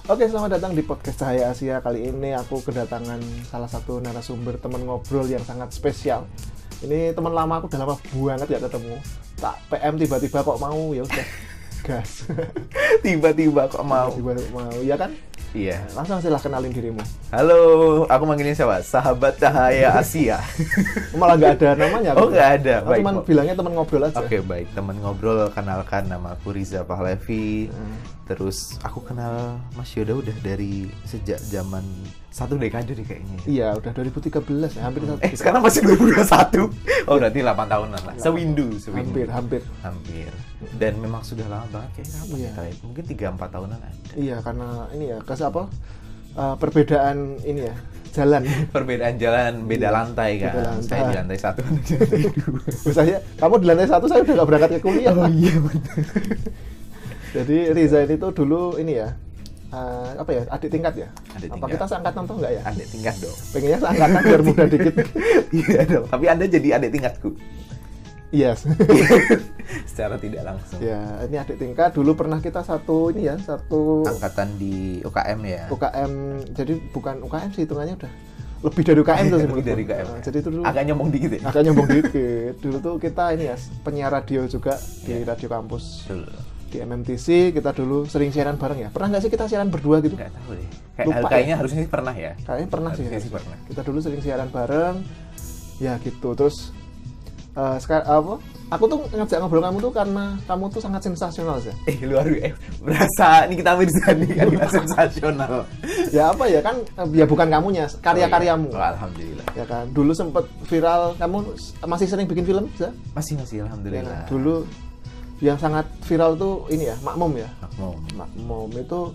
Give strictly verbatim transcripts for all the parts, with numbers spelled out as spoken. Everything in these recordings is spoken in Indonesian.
Oke, selamat datang di podcast Cahaya Asia. Kali ini aku kedatangan salah satu narasumber teman ngobrol yang sangat spesial. Ini teman lama aku udah lama banget ya ketemu. Tak P M tiba-tiba kok mau, ya udah gas. Tiba-tiba kok mau. Tiba-tiba mau, ya kan? Iya. Langsung aja lah kenalin dirimu. Halo, aku manggilnya siapa? Sahabat Cahaya Asia. Malah nggak ada namanya. Oh, nggak ada. Aku Baik. cuman bilangnya teman ngobrol aja. Oke, baik. Teman ngobrol, kenalkan nama aku Riza Pahlavi. Hmm. Terus aku kenal Mas Yoda udah dari sejak zaman satu dekade deh kayaknya. Iya, udah dua ribu tiga belas ya, hampir. Eh, sekarang masih dua ribu dua puluh satu. Oh, berarti delapan tahunan lah. Sewindu, sewindu. Hampir, hampir. Hampir. Dan memang sudah lama banget kayaknya. Apa Iya. ya? Mungkin tiga empat tahunan ada. Iya, karena ini ya, kas apa? Uh, perbedaan ini ya, jalan. Perbedaan jalan, beda Iya, lantai kan. beda lantai. Saya di lantai satu, di lantai dua. Misalnya, kamu di lantai satu, saya udah gak berangkat ke kuliah. Oh iya betul. Jadi Riza ini tuh dulu ini ya, uh, apa ya, adik tingkat ya? Adik apa tingkat. kita seangkatan tuh enggak ya? Adik tingkat dong. Pengennya seangkatan biar muda dikit. Iya dong. Tapi Anda jadi adik tingkatku. Yes. Secara tidak langsung. Ya, ini adik tingkat. Dulu pernah kita satu ini ya, satu Angkatan di U K M ya. U K M. Jadi bukan U K M sih, hitungannya udah lebih dari U K M tuh. Lebih dari U K M. Nah, jadi itu dulu. Agak nyombong dikit ya. Agak nyombong dikit. Dulu tuh kita ini ya, penyiar radio juga di Iya. radio kampus. Betul. Di M M T C kita dulu sering siaran bareng ya. Pernah nggak sih kita siaran berdua gitu? Nggak tahu deh. Kayak, Lupa kayaknya ya? harusnya sih pernah ya. Kayaknya pernah sih. Harusnya ya. sih pernah. Kita dulu sering siaran bareng. Ya gitu. Terus uh, sekarang apa? Aku tuh ngajak ngobrol kamu tuh karena kamu tuh sangat sensasional sih. Eh luar biasa. Eh, berasa ini kita Mirza nih kan kita sensasional. Ya apa ya kan? Ya bukan kamunya, karya-karyamu. Oh, iya. Oh, alhamdulillah. Ya kan. Dulu sempet viral. Kamu masih sering bikin film, Za? Masih masih Ya alhamdulillah. kan? Dulu yang sangat viral tuh ini ya, Makmum ya. Makmum. Makmum itu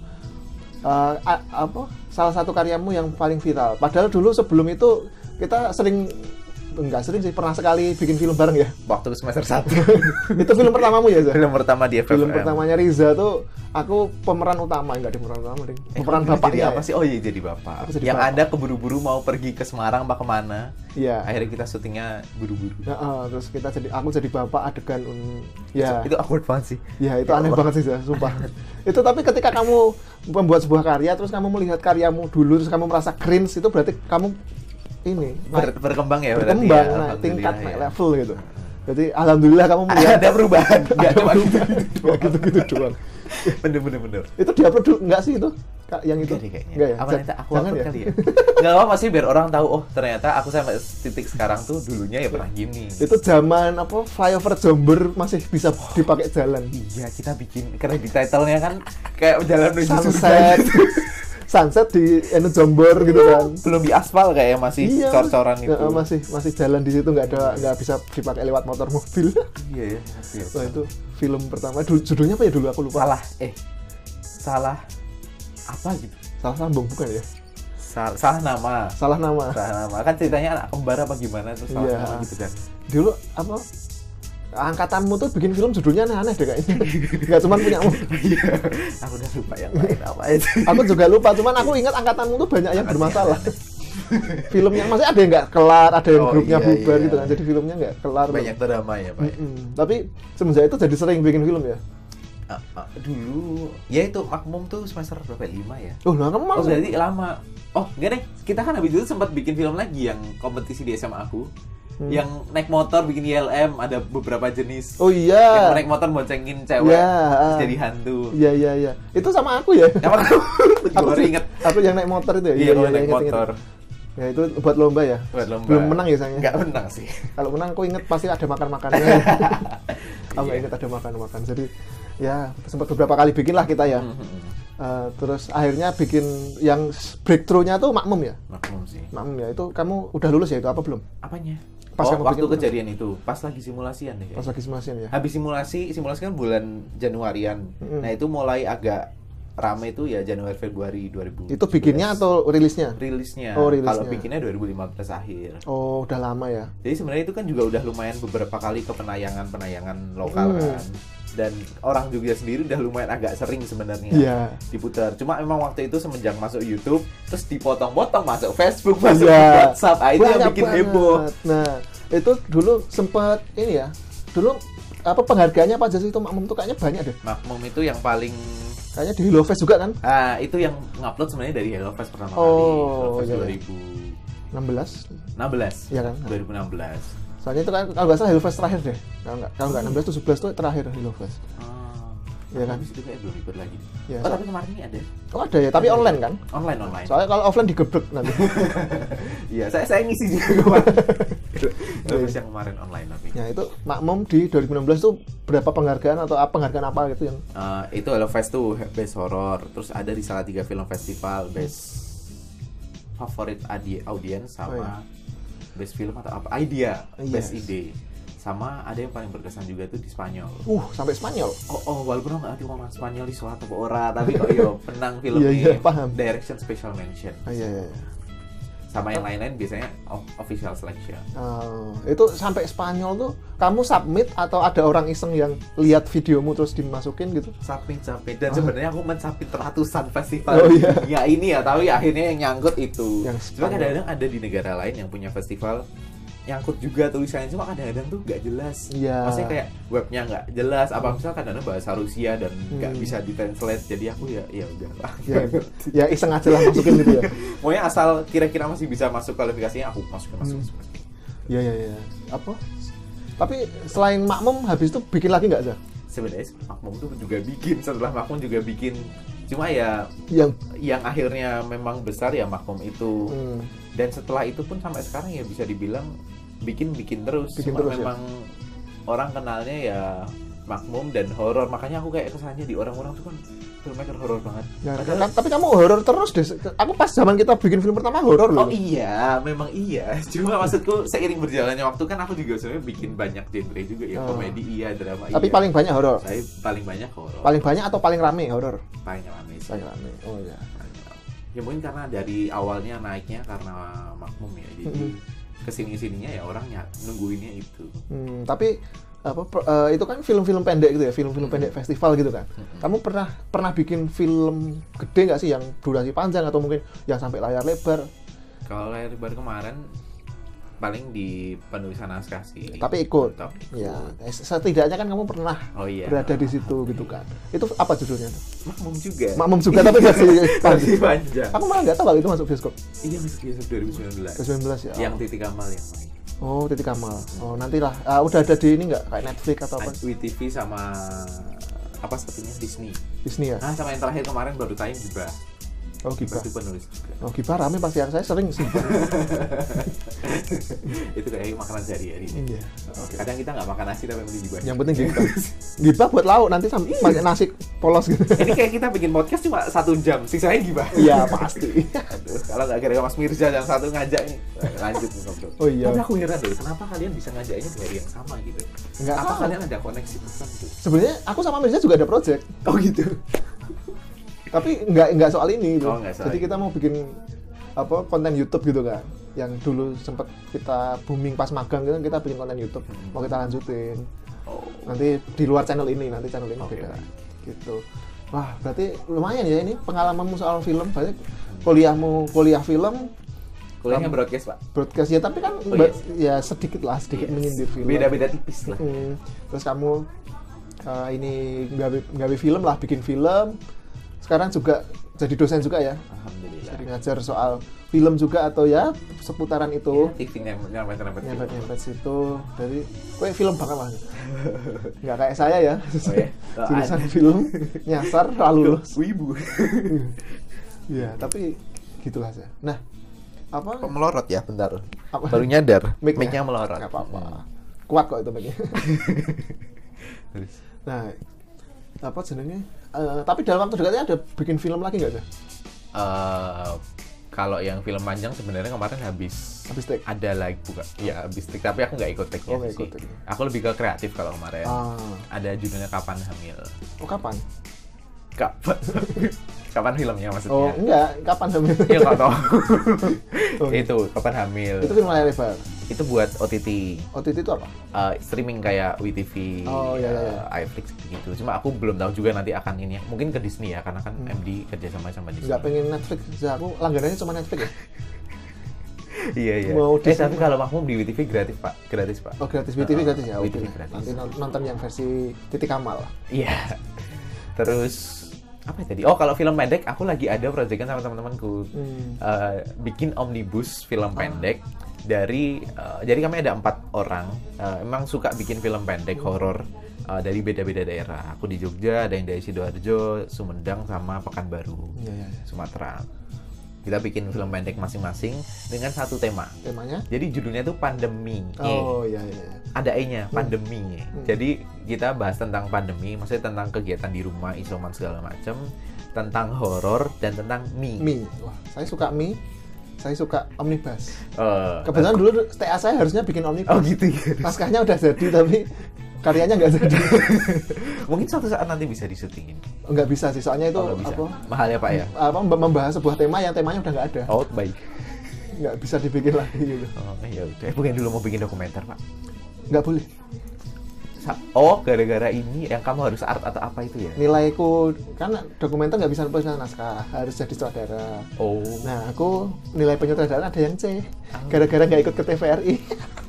uh, a- apa? Salah satu karyamu yang paling viral. Padahal dulu sebelum itu kita sering enggak sering sih, pernah sekali bikin film bareng ya. Waktu semester satu. Itu film pertamamu ya, Za? Film pertama di F F M. Film pertamanya Riza tuh aku pemeran utama, enggak di pemeran utama, Ding. Eh, Pemeran kamu bapaknya. jadi apa ya? sih? Oh iya jadi bapak. Aku jadi yang bapak. ada keburu-buru mau pergi ke Semarang apa kemana? Iya. Akhirnya kita syutingnya buru-buru. Nah, uh, terus kita jadi aku jadi bapak adegan um, ya. Itu awkward banget sih. Ya itu Ya aneh Allah. banget sih, Za, sumpah. Itu tapi ketika kamu membuat sebuah karya terus kamu melihat karyamu dulu terus kamu merasa cringe, itu berarti kamu ini Ber- naik, berkembang ya berarti berkembang, ya, naik alhamdulillah tingkat, ya. naik level gitu. Jadi alhamdulillah kamu melihat Ada perubahan. Enggak cuma gitu. Nggak gitu-gitu doang. Bener bener bener. Itu diupload dulu enggak sih itu? Kak, yang itu? Enggak deh kayaknya. Enggak ya? Apa Ja- nanti aku jangan upload ya? kali ya? Enggak apa-apa sih biar orang tahu oh ternyata aku sampai titik sekarang tuh dulunya ya pernah gini. Itu zaman apa flyover Jember masih bisa dipakai jalan. Iya, kita bikin kredit title-nya kan kayak jalan menuju Sunset. surga. Sunset di Enu Jember gitu kan. Belum di aspal kayak masih Iya, cor-coran itu. ya, masih masih jalan di situ, nggak ada nggak bisa dipakai lewat motor mobil. Iya ya. Iya. Wah itu film pertama. Dulu, judulnya apa ya dulu aku lupa. Salah eh salah apa gitu. Salah sambung bukan ya? Salah, salah nama. Salah nama. Salah nama. Kan ceritanya anak kembar apa gimana terus salah Iya. nama gitu kan. Dulu apa? Angkatanmu tuh bikin film judulnya aneh-aneh deh kayaknya. Nggak cuma punyamu. Iya. Aku udah lupa yang lain apa itu. Aku juga lupa. Cuman aku ingat angkatanmu tuh banyak yang Makasih, bermasalah. aneh. Filmnya masih ada yang nggak kelar, ada yang Oh, grupnya iya, bubar iya. gitu kan. Jadi filmnya nggak kelar. Banyak drama ya, Pak. Mm-mm. Tapi semenjak itu jadi sering bikin film ya. Ah, ah, dulu ya itu Makmum tuh semester berapa? lima ya? Oh, nah kamu Oh, malah. berarti lama. Oh, enggak deh. Kita kan habis itu sempat bikin film lagi yang kompetisi di S M A aku. Hmm. Yang naik motor bikin I L M, ada beberapa jenis. Oh Yang iya. naik motor boncengin cewek Iya, terus ah. jadi hantu. Iya iya iya. Itu sama aku ya. Apa kamu? Aku baru sih- inget. Aku yang naik motor itu ya. Iya, kalau naik inget, inget. motor. Ya itu buat lomba ya. Buat lomba. Belum menang ya sayangnya. Enggak menang sih. Kalau menang aku inget pasti ada makan-makannya. Aku nggak Iya. inget ada makan-makan. Jadi ya sempat beberapa kali bikin lah kita ya. Mhm. Eh, terus akhirnya bikin yang breakthrough-nya tuh Makmum ya. Makmum sih. Makmum ya. Itu kamu udah lulus ya itu apa belum? Apanya? Pas oh, kamu waktu bikin- kejadian itu, pas lagi simulasian deh. Pas kayaknya. lagi simulasian ya. Habis simulasi, simulasi kan bulan Januarian. Mm-mm. Nah, itu mulai agak rame itu ya Januari Februari dua ribu. Itu bikinnya atau rilisnya? rilisnya? Oh, rilisnya. Kalau bikinnya dua ribu lima belas akhir. Oh, udah lama ya. Jadi sebenarnya itu kan juga udah lumayan beberapa kali ke penayangan-penayangan lokal Hmm. kan. Dan orang Jogja sendiri udah lumayan agak sering sebenarnya Iya. diputar. Cuma memang waktu itu semenjak masuk YouTube, terus dipotong-potong masuk Facebook, masuk Iya. WhatsApp, ah, itu yang Banyak bikin banget. heboh. Nah, itu dulu sempet ini ya. Dulu apa penghargaannya apa aja sih itu Makmum tuh kayaknya banyak deh. Makmum itu yang paling Kayaknya di HelloFest juga kan? Ah, itu yang ngupload sebenarnya dari HelloFest pertama Oh, kali. HelloFest iya, iya. dua ribu enam belas enam belas. Iya kan? dua ribu enam belas. Soalnya itu kan kalau nggak salah HelloFest terakhir deh. Kalau nggak kalau nggak enam belas tujuh belas tuh terakhir HelloFest. Ah, Iya kan? habis itu kayak belum ikut lagi. Iya, oh, so- tapi kemarin ini ada. Oh ada ya, tapi online kan? Online online. Soalnya kalau offline digebrek nanti. Iya, saya saya ngisi juga kemarin. Terus yang kemarin online tapi. Ya itu Makmum di dua ribu enam belas tuh berapa penghargaan atau apa penghargaan apa gitu yang Eh, itu HelloFest tuh best horror, terus ada di Salatiga Film Festival best favorit adi- audience sama Oh, iya. best film atau apa idea, best Yes. ide, sama ada yang paling berkesan juga tuh di Spanyol. uh sampai Spanyol. Oh, oh walaupun aku nggak ngerti ngomong Spanyol di suatu apa ora, tapi kok yo penang filmnya Iya, iya, paham. direction special mention. Ah, iya, iya. Sama yang lain-lain biasanya of- official selection. Oh, itu sampai Spanyol tuh kamu submit atau ada orang iseng yang lihat videomu terus dimasukin gitu? Submit submit dan sebenarnya aku mensubmit ratusan festival Oh, di iya. dunia ini ya, tapi akhirnya yang nyangkut itu. Yang Cuma Spanyol. kadang-kadang ada di negara lain yang punya festival nyangkut juga tulisannya, cuma kadang-kadang tuh nggak jelas. Iya. Maksudnya kayak webnya nggak jelas, apa misal kadang-kadang bahasa Rusia dan nggak Hmm. bisa ditranslate, jadi aku ya ya udah lah. Ya, ya iseng aja lah masukin gitu ya. Pokoknya asal kira-kira masih bisa masuk kualifikasinya aku masukin masuk. Hmm. Iya iya iya. Apa? Tapi selain Makmum habis itu bikin lagi nggak sih? Sebenarnya Makmum tuh juga bikin, setelah Makmum juga bikin, cuma ya Yang yang akhirnya memang besar ya Makmum itu. hmm, Dan setelah itu pun sampai sekarang ya bisa dibilang bikin-bikin terus. Bikin Cuma terus, ya? memang orang kenalnya ya Makmum dan horor, makanya aku kayak kesannya di orang-orang tuh kan filmmaker horor banget. ya, Padahal- kan- tapi kamu horor terus deh. Aku pas zaman kita bikin film pertama horor loh. Oh iya, memang iya. Cuma maksudku seiring berjalannya waktu kan aku juga sebenarnya bikin banyak genre juga ya, Oh. komedi iya, drama Tapi iya. paling banyak horor. Saya paling banyak horor. Paling banyak atau paling rame horor? paling rame sih. Paling rame. Oh iya. Paling rame. Ya mungkin karena dari awalnya naiknya karena Makmum ya, jadi Mm-mm. kesini-sininya ya orang ya nungguinnya itu. Hmm, tapi apa per- eh, itu kan film-film pendek gitu ya, film-film Hmm. pendek festival gitu kan. Hmm. Kamu pernah pernah bikin film gede nggak sih yang durasi panjang atau mungkin yang sampai layar lebar? Kalau layar lebar kemarin paling di penulisan naskah sih. Tapi ikut. Tetap ikut. Ya, eh, setidaknya kan kamu pernah Oh iya. berada di situ gitu kan. Itu apa judulnya tuh? Makmum juga. Makmum juga tapi versi Versi panjang. panjang. Aku malah nggak tahu kalau itu masuk bioskop. Iya masuk bioskop dua ribu sembilan belas. dua ribu sembilan belas ya. Yang Titi Kamal yang main. Oh, Titik Kamal. Oh, nantilah. Ah, udah ada di ini nggak kayak Netflix atau apa? W T V sama apa satunya Disney. Disney ya. Nah sama yang terakhir kemarin baru tayang juga. Oh, Gibah. Itu penulis juga. Oh, Gibah rame pasti yang saya sering sih. Itu kayak makanan sehari-hari. Iya. Kadang kita nggak makan nasi tapi beli Gibah. Yang penting Gibah. Gibah buat lauk nanti sampai pakai nasi polos gitu. Ini kayak kita bikin podcast cuma satu jam, sisanya Gibah. Iya, pasti. Aduh, kalau nggak kira Mas Mirza yang satu ngajak nih, lanjut nih ngobrol. Oh iya. Tapi aku heran deh, kenapa kalian bisa ngajaknya di hari yang sama gitu? Nggak Apa tahu. kalian ada koneksi tertentu? Sebenarnya aku sama Mirza juga ada project, Oh gitu. tapi nggak nggak soal ini gitu. Oh, nggak soal Jadi ini. kita mau bikin apa konten YouTube gitu kan. Yang dulu sempat kita booming pas magang gitu, kita bikin konten YouTube. Hmm. Mau kita lanjutin. Oh. Nanti di luar channel ini, nanti channel ini Oke, beda. baik. Gitu. Wah, berarti lumayan ya ini pengalamanmu soal film. Berarti kuliahmu kuliah film, Kuliahnya broadcast pak. broadcast ya, tapi kan Oh, ba- iya. ya sedikit lah, sedikit Yes. menyindir film. Beda-beda tipis lah. Mm. Terus kamu uh, ini nggawe nggawe film lah, bikin film. Sekarang juga jadi dosen juga ya. Alhamdulillah. Jadi ngajar soal film juga atau ya seputaran itu. Acting yang nyerempet-nyerempet. Nyempet-nyempet situ. Dari kue film banget lah. Nggak kayak saya ya. Oh ya? Jurusan film nyasar lalu lulus. Wibu. Iya, tapi gitulah saya. Nah, apa? Kok melorot ya? Bentar. Apa? Baru nyadar. Mic-nya? Mic-nya melorot. Nggak apa-apa. Hmm. Kuat kok itu mic-nya. Terus. Nah, apa jenenge? Eh, tapi dalam waktu dekatnya ada bikin film lagi nggak sih? Eh, kalau yang film panjang sebenarnya kemarin habis Habis take. ada lagi bukan ya habis take tapi aku nggak ikut take-nya Oh, nggak sih. ikut take. Aku lebih ke kreatif kalau kemarin. Ah. Ada judulnya Kapan Hamil. Oh, kapan? Kapan? Kapan filmnya maksudnya? Oh, enggak, kapan hamil? Iya nggak tahu. Oh. Itu Kapan Hamil. Itu film layar lebar. Itu buat O T T. O T T itu apa? Uh, streaming kayak W T V, Oh, iya, iya, iya. uh, iFlix gitu. Cuma aku belum tahu juga nanti akan ini. Mungkin ke Disney ya, karena kan Hmm. M D kerja sama sama Disney. Enggak pengen Netflix. Ya, aku langganannya cuma Netflix ya. Iya iya. Mau eh Disney. tapi kalau Mahmum di W T V gratis pak, gratis pak. Oh, gratis W T V Uh, gratis ya. W T Oke. V gratis. Nanti non- nonton yang versi Titik Kamal lah. Iya. Terus apa ya tadi? Oh, kalau film pendek aku lagi ada proyekan sama teman-temanku. Hmm. Uh, bikin omnibus film pendek dari uh, jadi kami ada empat orang. Uh, emang suka bikin film pendek horor uh, dari beda-beda daerah. Aku di Jogja, ada yang dari Sidoarjo, Sumedang sama Pekanbaru, Ya, ya, ya. Sumatera. Kita bikin film pendek masing-masing dengan satu tema. Temanya? Jadi judulnya tuh pandemi. Oh iya iya. Ada E-nya, pandemi. Hmm. Jadi kita bahas tentang pandemi, maksudnya tentang kegiatan di rumah, isoman segala macam, tentang horor dan tentang mie. Mie. Wah, saya suka mie. Saya suka omnibus. Uh, Kebetulan dulu T A saya harusnya bikin omnibus. Oh gitu ya. Naskahnya udah jadi tapi karyanya nggak jadi. Mungkin suatu saat nanti bisa disyutingin. Nggak bisa sih, soalnya itu Oh, nggak bisa. apa? Mahal ya Pak ya? Apa membahas sebuah tema yang temanya udah nggak ada. Oh baik. Nggak bisa dibikin lagi gitu. Oh ya udah. Bukan dulu mau bikin dokumenter Pak. Nggak boleh. Sa- Oh gara-gara ini yang kamu harus art atau apa itu ya? Nilaiku kan dokumenter nggak bisa nulis naskah, harus jadi sutradara. Oh. Nah, aku nilai penyutradaraan ada yang C. Gara-gara nggak ikut ke T V R I.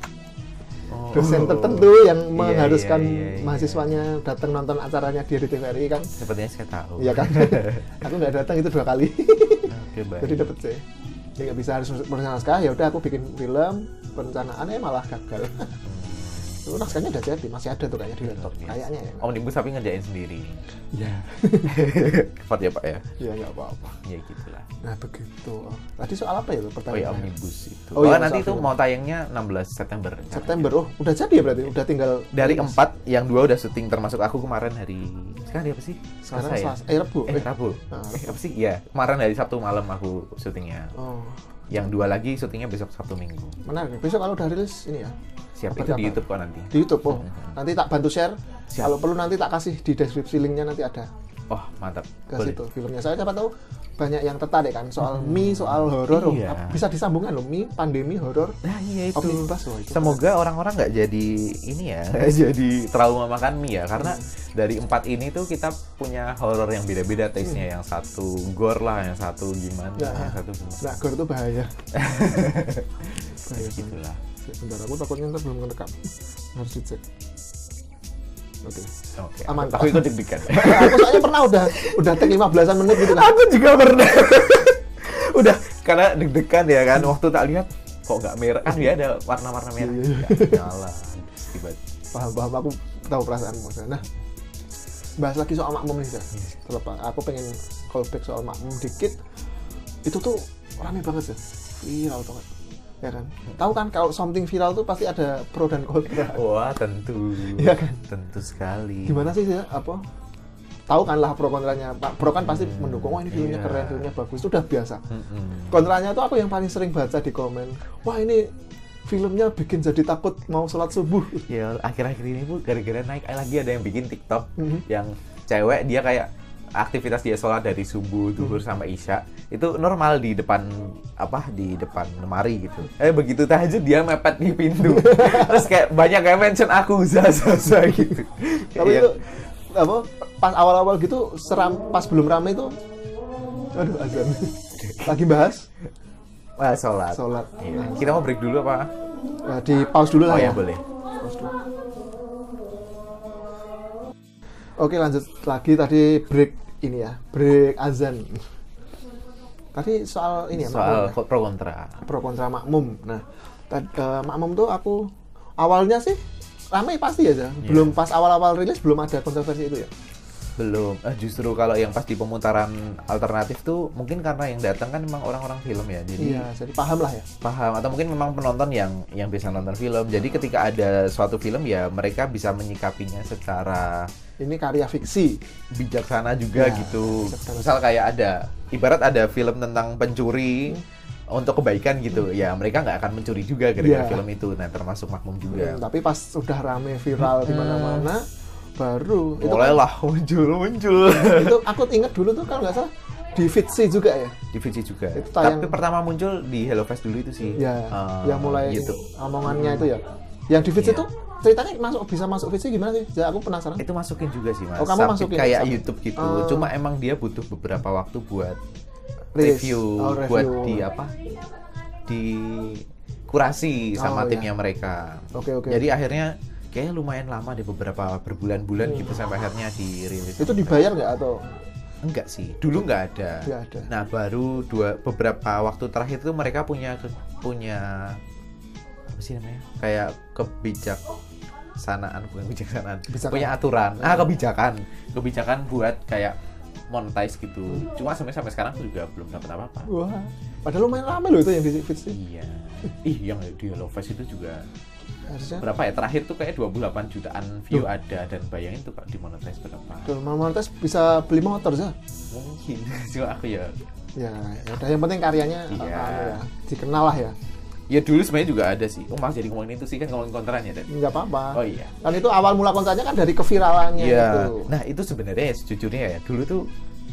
Oh. Dosen tertentu yang Iya, mengharuskan iya, iya, iya. mahasiswanya datang nonton acaranya dia di T V R I kan. Sepertinya saya tahu. Iya kan? Aku nggak datang itu dua kali. Oke baik. Jadi dapet C. Jadi nggak bisa harus menulis naskah, ya udah aku bikin film, perencanaannya malah gagal. Itu naskahnya udah jadi, masih ada tuh kayaknya di laptop. Biasa. Kayaknya ya. Omnibus tapi ngerjain sendiri. Iya. Cepat ya Pak ya? Iya nggak apa-apa. Ya gitulah. Nah begitu. Oh, tadi soal apa ya tuh Oh pertanyaannya? ya omnibus itu. Oh, Oh, iya, nanti soal itu film. mau tayangnya enam belas September. rencananya. September. Oh, udah jadi ya berarti? Udah tinggal Dari empat, yang dua udah syuting termasuk aku kemarin hari sekarang hari apa sih? sekarang Selasa ya? Selasa. Eh, Rabu. Eh, Rabu. Nah, Eh, apa sih? Iya, kemarin hari Sabtu malam aku syutingnya. Oh, Yang dua lagi syutingnya besok Sabtu Minggu. menarik. Besok kalau udah rilis ini ya. Siap, Apa itu di kabar? YouTube kok nanti. Di YouTube. Oh, nanti tak bantu share. Siap. Kalau perlu nanti tak kasih di deskripsi linknya nanti ada Oh, mantap. ke Boleh. situ filmnya. Saya siapa tahu banyak yang tertarik kan soal mie, soal horor. Oh, Iya. bisa disambungkan loh, mie, pandemi, horor. Nah, iya itu. Omnibus, wah, itu Semoga orang-orang nggak jadi ini ya, nggak jadi trauma makan mie ya, karena dari empat ini tuh kita punya horor yang beda-beda taste-nya. Yang satu gore lah, yang satu gimana, Ya. yang satu gimana. Nah, gore itu bahaya. Bahaya. Gitulah. Bentar, aku takutnya ntar belum ngerekam. Harus dicek. Oke. Oke. Aman. Aku ikut deg-degan. Aku soalnya pernah udah udah take lima belasan menit gitu kan. Aku juga pernah. Udah karena deg-degan ya kan. Waktu tak lihat kok nggak merah kan dia ada warna-warna merah. Iya, iya. Nggak nyala. Tiba-tiba. Paham, paham. Aku tahu perasaanmu. Nah, bahas lagi soal makmum nih, Zah. Terlepas, aku pengen callback soal makmum dikit. Itu tuh rame banget sih. Viral banget. Ya kan? Tahu kan kalau something viral tuh pasti ada pro dan kontra. Wah tentu. Iya kan? Tentu sekali. Gimana sih ya? Apa? Tahu kan lah pro kontranya. Pak Pro kan pasti mendukung. Wah ini filmnya iya. keren, filmnya bagus. Itu udah biasa. Mm-mm. Kontranya tuh aku yang paling sering baca di komen. Wah ini filmnya bikin jadi takut mau sholat subuh. Ya akhir-akhir ini bu gara-gara naik lagi ada yang bikin TikTok Mhm. yang cewek dia kayak aktivitas dia sholat dari subuh, duhur sampai isya itu normal di depan apa di depan lemari gitu. Eh begitu tahajud dia mepet di pintu. Terus kayak banyak yang mention aku zaza gitu. Tapi Iya. itu apa pas awal-awal gitu seram pas belum rame itu aduh azan. Lagi bahas Wah, sholat. sholat. Iya. Nah, Kita mau break dulu apa? nah, di pause dulu lah Oh ya. ya boleh. Pause dulu. Oke lanjut lagi tadi break ini ya break azan. Tadi soal ini ya Soal makmum, pro kontra. ya? Pro kontra makmum. Nah tad- eh, makmum tuh aku awalnya sih ramai pasti aja. Belum pas awal-awal rilis belum ada kontroversi itu ya. Belum. Eh, justru kalau yang pas di pemutaran alternatif tuh mungkin karena yang datang kan memang orang-orang film ya. Jadi Iya jadi paham lah ya. paham atau mungkin memang penonton yang yang biasa nonton film. Jadi ketika ada suatu film ya mereka bisa menyikapinya secara Ini karya fiksi. bijaksana juga Ya, gitu. bijaksana. Misal kayak ada ibarat ada film tentang pencuri untuk kebaikan gitu. Ya mereka nggak akan mencuri juga gara-gara Ya. film itu. Nah termasuk makmum juga. Hmm, tapi pas udah rame viral di mana-mana baru itu kan- Mulailah muncul muncul. itu aku inget dulu tuh kalau nggak salah di Fitsi juga ya. Di V C juga. Itu tayang- Tapi pertama muncul di HelloFest dulu itu sih. Ya, Eh, yang mulai YouTube. omongannya itu ya. Yang di Fitsi Iya. tuh ceritanya masuk bisa masuk Fitsi gimana sih? Ya, aku penasaran. Itu masukin juga sih mas. Oh, kamu Tapi masukin, kayak sama? YouTube gitu. Oh. Cuma emang dia butuh beberapa waktu buat Rilis. review, Oh, review. buat di apa? Di kurasi sama Oh, timnya iya. mereka. Oke, oke. Jadi akhirnya kayaknya lumayan lama deh beberapa berbulan-bulan gitu sampai akhirnya dirilis. Itu dibayar nggak atau Enggak sih, dulu nggak ada. Nggak ada. Nah baru dua beberapa waktu terakhir itu mereka punya punya apa sih namanya? Kayak kebijaksanaan, bukan kebijaksanaan, Kebijakan. punya aturan. Ah kebijakan, kebijakan buat kayak monetize gitu. Cuma sampai sampai sekarang aku juga belum dapat apa-apa. Wah, padahal lumayan lama loh itu yang di Fitch sih. Iya. Ih yang di HelloFresh itu juga Harusnya. berapa ya? Terakhir tuh kayak dua puluh delapan jutaan view Duh. ada, dan bayangin tuh kalau dimonetize berapa? Kalau mau monetis bisa beli motor sih. Mungkin. Cuma aku ya Ya, ya udah yang penting karyanya Iya. anu ya, dikenal lah ya. ya dulu sebenarnya juga ada sih. Oh, mas jadi ngomongin itu sih kan ngomongin konteran ya, Dan? Nggak apa-apa. Oh iya. Kan itu awal mula konsernya kan dari keviralannya Iya. itu. Nah, itu sebenarnya ya sejujurnya ya, dulu tuh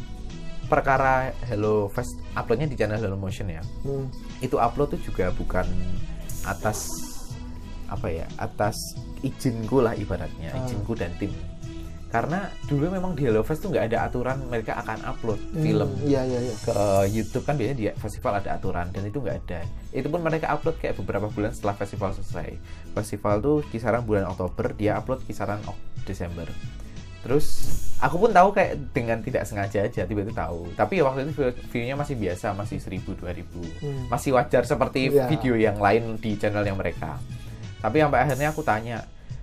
perkara HelloFresh uploadnya di channel Hello Motion ya. Hmm. Itu upload tuh juga bukan atas apa ya? Atas izinku lah ibaratnya, Ah. izinku dan tim. Karena dulu memang di HelloFresh tuh nggak ada aturan mereka akan upload Hmm, film Iya, iya, iya. ke YouTube kan, biasanya di festival ada aturan, dan itu nggak ada. Itu pun mereka upload kayak beberapa bulan setelah festival selesai. Festival tuh kisaran bulan Oktober, dia upload kisaran Ok- Desember. Terus aku pun tahu kayak dengan tidak sengaja aja tiba-tiba tahu. Tapi ya waktu itu view- view-nya masih biasa, masih seribu dua ribu. Hmm. Masih wajar seperti Iya. video yang lain di channel yang mereka. Tapi sampai akhirnya aku tanya,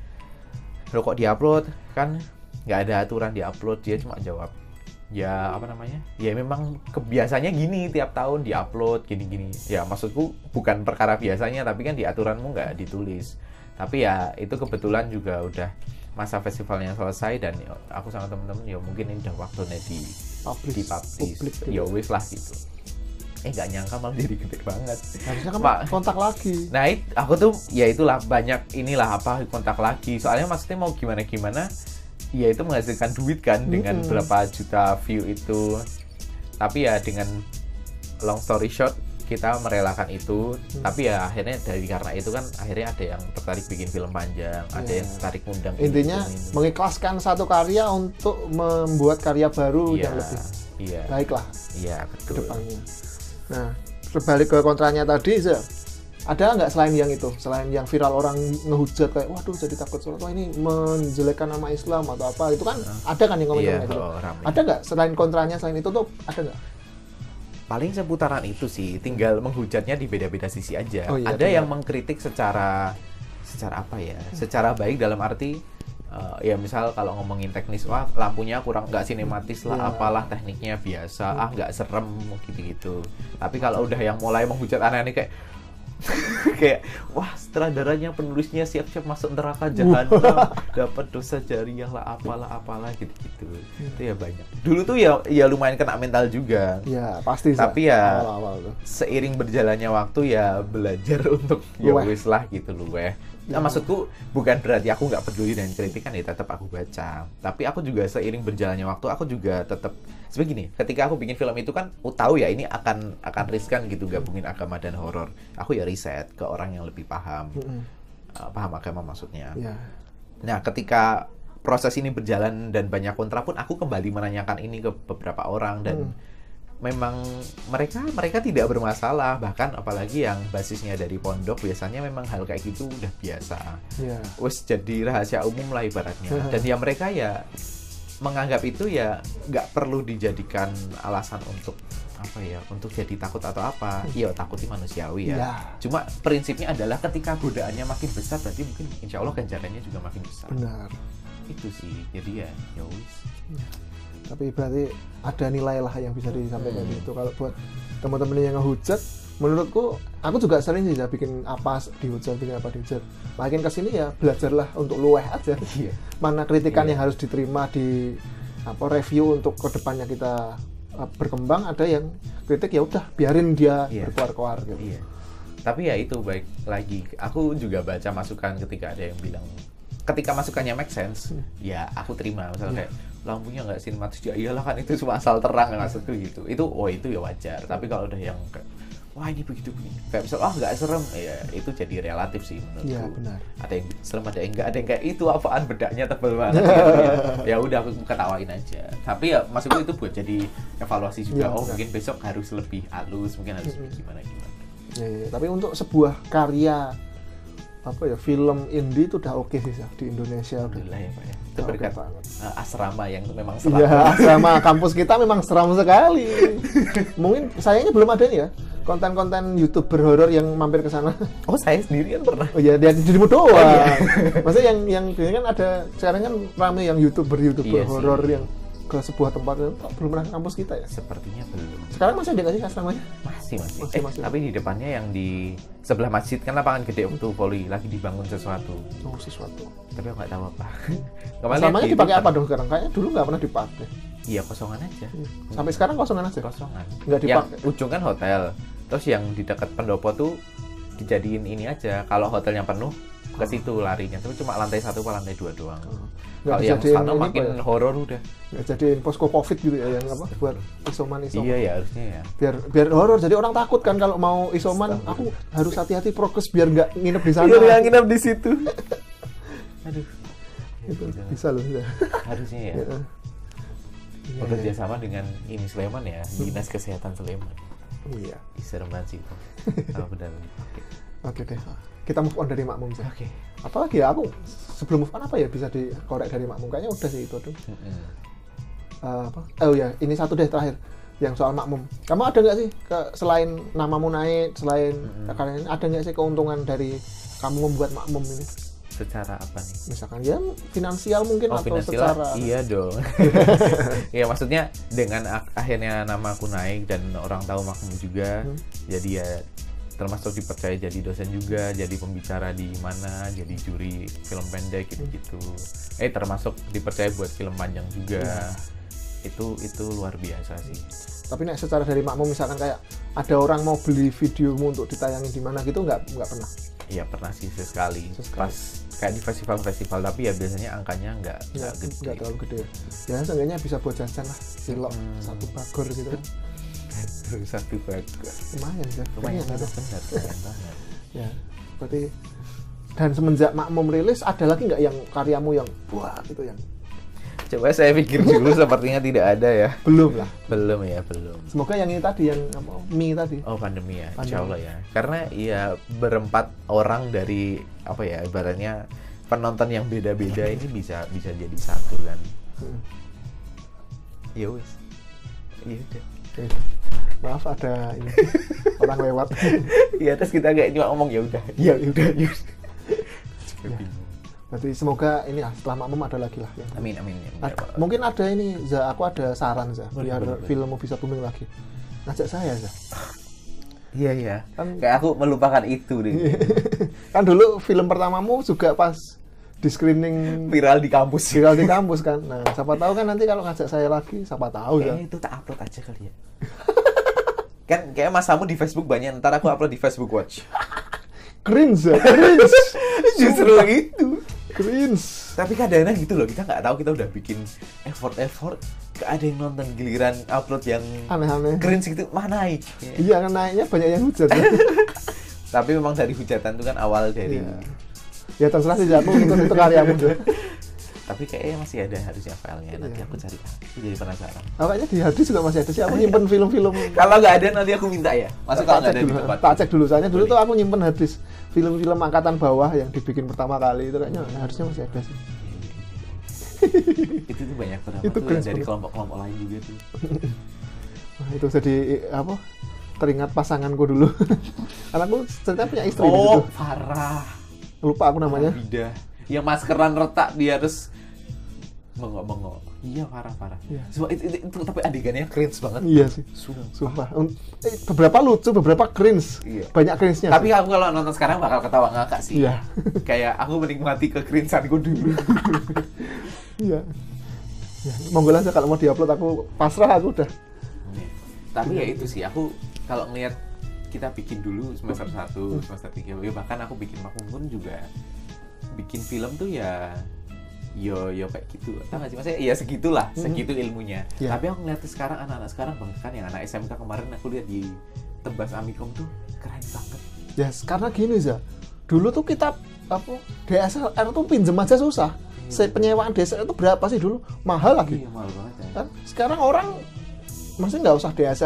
"Loh kok di-upload?" Kan nggak ada aturan di-upload. Dia cuma jawab, ya apa namanya, ya memang kebiasaannya gini, tiap tahun di-upload gini-gini. Ya maksudku bukan perkara biasanya, tapi kan di aturanmu nggak ditulis. Tapi ya itu kebetulan juga udah masa festivalnya selesai, dan ya, aku sama temen-temen ya mungkin ini udah waktunya di Publish, di publish, publik gitu. ya wis lah gitu. Eh nggak nyangka malah jadi gede banget. Harusnya kan Pak. kontak lagi. Nah, it- aku tuh ya itulah banyak inilah apa kontak lagi. Soalnya maksudnya mau gimana gimana, ya itu menghasilkan duit kan dengan Mm-mm. berapa juta view itu. Tapi ya dengan long story short, kita merelakan itu. Hmm. Tapi ya akhirnya dari karena itu kan akhirnya ada yang tertarik bikin film panjang, ada Iya. yang tertarik ngundang. Intinya ini, ini. mengikhlaskan satu karya untuk membuat karya baru Iya, yang lebih iya, baik lah iya ke betul. depannya. Nah, berbalik ke kontranya tadi, Zah, ada nggak selain yang itu, selain yang viral orang ngehujat kayak, waduh jadi takut sholat, wah ini menjelekkan nama Islam atau apa, itu kan ada kan yang ngomong Iya, kayak gitu. oh, rame. Ada nggak selain kontranya, selain itu tuh ada nggak? Paling seputaran itu sih, tinggal menghujatnya di beda-beda sisi aja. Oh iya, Ada benar. yang mengkritik secara secara apa ya? Secara baik dalam arti uh, ya misal kalau ngomongin teknis, wah lampunya kurang nggak sinematis lah, Iya. apalah tekniknya biasa, ah nggak serem gitu-gitu. Tapi kalau udah yang mulai menghujat aneh-aneh kayak kayak wah sutradaranya penulisnya siap-siap masuk neraka jahanam, dapat dosa jariah lah, apalah apalah gitu-gitu. Itu ya banyak. Dulu tuh ya ya lumayan kena mental juga. Ya pasti. Zah. Tapi ya awal-awal tuh. seiring berjalannya waktu ya belajar untuk ya Luweh. wis lah gitu loh weh. Nah, maksudku bukan berarti aku nggak peduli dengan kritikan, ya tetap aku baca. Tapi aku juga seiring berjalannya waktu aku juga tetap seperti gini. Ketika aku bikin film itu kan, aku tahu ya ini akan akan riskan gitu gabungin agama dan horor. Aku ya riset ke orang yang lebih paham, Mm-mm. uh, paham agama maksudnya. Ya. Nah, ketika proses ini berjalan dan banyak kontra pun, aku kembali menanyakan ini ke beberapa orang, dan Hmm. memang mereka mereka tidak bermasalah. Bahkan apalagi yang basisnya dari pondok, biasanya memang hal kayak gitu udah biasa. Ya. Wes jadi rahasia umum lah ibaratnya. Dan ya mereka ya menganggap itu ya nggak perlu dijadikan alasan untuk apa ya, untuk jadi takut atau apa. Iya, takut itu manusiawi ya. Ya. Cuma prinsipnya adalah ketika godaannya makin besar, berarti mungkin insya Allah ganjarannya juga makin besar. Benar. Itu sih. Jadi ya ya wis. Tapi berarti ada nilai lah yang bisa disampaikan Hmm. itu. Kalau buat teman-teman yang ngehujat, menurutku aku juga sering sih ya bikin apa dihujat, bikin apa dihujat. Makin kesini ya belajarlah untuk luweh aja. Iya. Mana kritikan Iya. yang harus diterima di apa review untuk kedepannya kita uh, berkembang, ada yang kritik ya udah biarin dia Iya. berkoar-koar gitu. Iya. Tapi ya itu baik lagi. Aku juga baca masukan ketika ada yang bilang, ketika masukannya make sense, ya aku terima. Misalnya kayak lampunya nggak sinematis, ya iyalah kan itu cuma asal terang, maksudku gitu. Itu oh itu ya wajar. Tapi kalau udah yang kayak wah ini begitu begini, kayak misal ah nggak serem, ya itu jadi relatif sih menurutku. Iya, benar. Ada yang serem, ada yang enggak, ada yang kayak itu apaan bedaknya tebel banget. Ya udah aku ketawain aja. Tapi ya maksudku itu buat jadi evaluasi juga. Iya, Oh benar. mungkin besok harus lebih halus, mungkin harus lebih gimana gimana. Ya, ya, ya. Tapi untuk sebuah karya apa ya film indie itu udah oke sih Zah, di Indonesia udah. Alhamdulillah ya Pak ya. Itu Udah berkat oke banget. uh, asrama yang memang seram. Iya, asrama kampus kita memang seram sekali. Mungkin sayangnya belum ada nih ya konten-konten YouTuber horor yang mampir ke sana. Oh, saya sendiri kan pernah. Oh iya, dia dirimu doang. Oh, iya. Maksudnya yang yang biasanya kan ada sekarang kan rame yang YouTuber-YouTuber Iya sih. horor yang ke sebuah tempat itu belum pernah ke kampus kita ya. Sepertinya belum. Sekarang masih ada nggak sih asramanya? Masih, masih. Masih, eh, masih. tapi di depannya yang di sebelah masjid kan lapangan gede waktu voli lagi dibangun sesuatu. Oh, sesuatu. Tapi aku nggak tahu apa. Kemarin Asramanya lihat di dipakai apa YouTube, dong sekarang? Kayaknya dulu nggak pernah dipakai. Iya, kosongan aja. Sampai sekarang kosongan aja. Kosongan. Nggak Yang dipakai. ujung kan hotel. Terus yang di dekat pendopo tuh dijadiin ini aja. Kalau hotelnya penuh ke situ larinya. Tapi cuma lantai satu atau lantai dua doang. Nggak Kalau yang dijadiin sana ini, makin Pak, ya? horor udah. Nggak jadiin posko covid gitu ya yang apa buat isoman isoman. Iya ya harusnya ya. Biar biar horor jadi orang takut kan kalau mau isoman. Astaga. Aku harus hati-hati prokes biar nggak nginep di sana. Iya, yang nginep di situ. Aduh. Ya, Itu gitu lah. bisa loh. Ya. Harusnya ya. Ya. Iya, Bekerja iya. sama dengan ini Sleman ya, Dinas Kesehatan Sleman. Iya. Ih, serem banget sih itu. Kalau benar dipakai. Oke deh. Kita move on dari makmum Zah. Oke. Apa lagi ya aku sebelum move on apa ya bisa dikorek dari makmum kayaknya udah sih itu tuh. Mm-mm. Eh, apa? Oh ya, ini satu deh terakhir yang soal makmum. Kamu ada nggak sih ke, selain namamu naik, selain Mm-mm. kalian ada nggak sih keuntungan dari kamu membuat makmum ini? Secara apa nih? Misalkan ya finansial mungkin Oh, atau finansial secara iya dong. Ya maksudnya dengan ak- akhirnya nama aku naik dan orang tahu makmum juga, Hmm. jadi ya termasuk dipercaya jadi dosen juga, jadi pembicara di mana, jadi juri film pendek gitu-gitu. Eh termasuk dipercaya buat film panjang juga. Itu itu luar biasa sih. tapi nek secara dari makmum misalkan kayak ada orang mau beli videomu untuk ditayangin di mana gitu nggak nggak pernah. Iya pernah sih sesekali. Sesekali. Pas kayak di festival-festival tapi ya biasanya angkanya nggak nggak Nggak gede. nggak terlalu gede ya. Ya seenggaknya bisa buat jajan lah, cilok Hmm. satu bagor gitu kan. Satu bagus. Lumayan ya. Lumayan Kayaknya benar ada. benar lumayan banget. Ya, berarti dan semenjak makmum rilis ada lagi nggak yang karyamu yang wah gitu yang Coba saya pikir dulu sepertinya tidak ada ya. belum lah. Belum ya, belum. Semoga yang ini tadi yang apa, mie tadi. Oh pandemi ya, Pandemi. insya Allah ya. Karena ya berempat orang dari apa ya ibaratnya penonton yang beda-beda ini bisa bisa jadi satu kan. Hmm. Ya wis. Iya udah. Oke. Maaf ada ini orang lewat. Iya terus kita kayak cuma ngomong ya udah. Iya ya udah. Ya. Ya. Berarti semoga ini lah setelah makmum ada lagi lah yang Amin amin. amin. Ad- mungkin ada ini Za, aku ada saran Za Boleh, biar boleh, boleh. filmmu bisa booming lagi. Ngajak saya Za. Iya iya. Kan- Kayak aku melupakan itu deh. Kan dulu film pertamamu juga pas di screening Viral di kampus. viral di kampus kan. Nah, siapa tahu kan nanti kalau ngajak saya lagi, siapa tahu ya. Kayaknya itu tak upload aja kali ya. Kan kayak masamu di Facebook banyak, ntar aku upload di Facebook Watch. Cringe, ya, cringe. Justru Sumpah, itu. cringe. Tapi kadang-kadang gitu loh, kita nggak tahu kita udah bikin effort-effort, gak ada yang nonton giliran upload yang Aneh-aneh. cringe gitu, mah naik. Iya kan naiknya banyak yang hujat. Ya. Tapi memang dari hujatan itu kan awal dari. Iya. Ya terserah sih aku itu itu karyamu tuh. Tapi kayaknya masih ada harusnya filenya. Nanti Iya. aku cari. Aku jadi penasaran. Oh, kayaknya di hadis juga masih ada sih. Aku nyimpen film-film. Kalau nggak ada nanti aku minta ya. Masuk kalau tak nggak cek ada di dulu. tempat. Tak cek dulu. Soalnya dulu Boleh. tuh aku nyimpen hadis film-film angkatan bawah yang dibikin pertama kali itu kayaknya harusnya masih ada sih. Itu tuh banyak banget Itu tuh yang cringe dari banget. kelompok-kelompok lain juga tuh. Nah, itu jadi apa? Teringat pasanganku dulu. Karena aku ternyata punya istri di Oh, situ. parah. Lupa aku namanya. Bidah. Yang maskeran retak dia harus bengok-bengok. Iya parah-parah. Iya. Cuma itu, itu, itu tapi adegannya cringe banget. Iya sih. Sumpah. Sumpah. Un- eh, beberapa lucu, beberapa cringe. Iya. Banyak cringe-nya. Tapi sih. aku kalau nonton sekarang bakal ketawa ngakak sih. Iya. Kayak aku menikmati kekrinsanku dulu. Iya. Ya, monggo aja kalau mau diupload aku pasrah aku udah. Nih, Tapi ya itu sih aku kalau ngelihat kita bikin dulu semester satu, semester tiga, ya bahkan aku bikin makmum pun juga bikin film tuh ya yo yo kayak gitu. Tahu nggak sih maksudnya ya segitulah, segitu ilmunya. Iya. Tapi aku ngeliat tuh sekarang anak-anak sekarang bahkan yang anak S M K kemarin aku lihat di Tebas Amikom tuh keren banget. Ya, karena gini Za. Dulu tuh kita apa D S L R tuh pinjem aja susah. Se penyewaan D S L R itu berapa sih dulu? Mahal lagi. Iya mahal banget ya. Kan sekarang orang maksudnya nggak usah D S L R lah,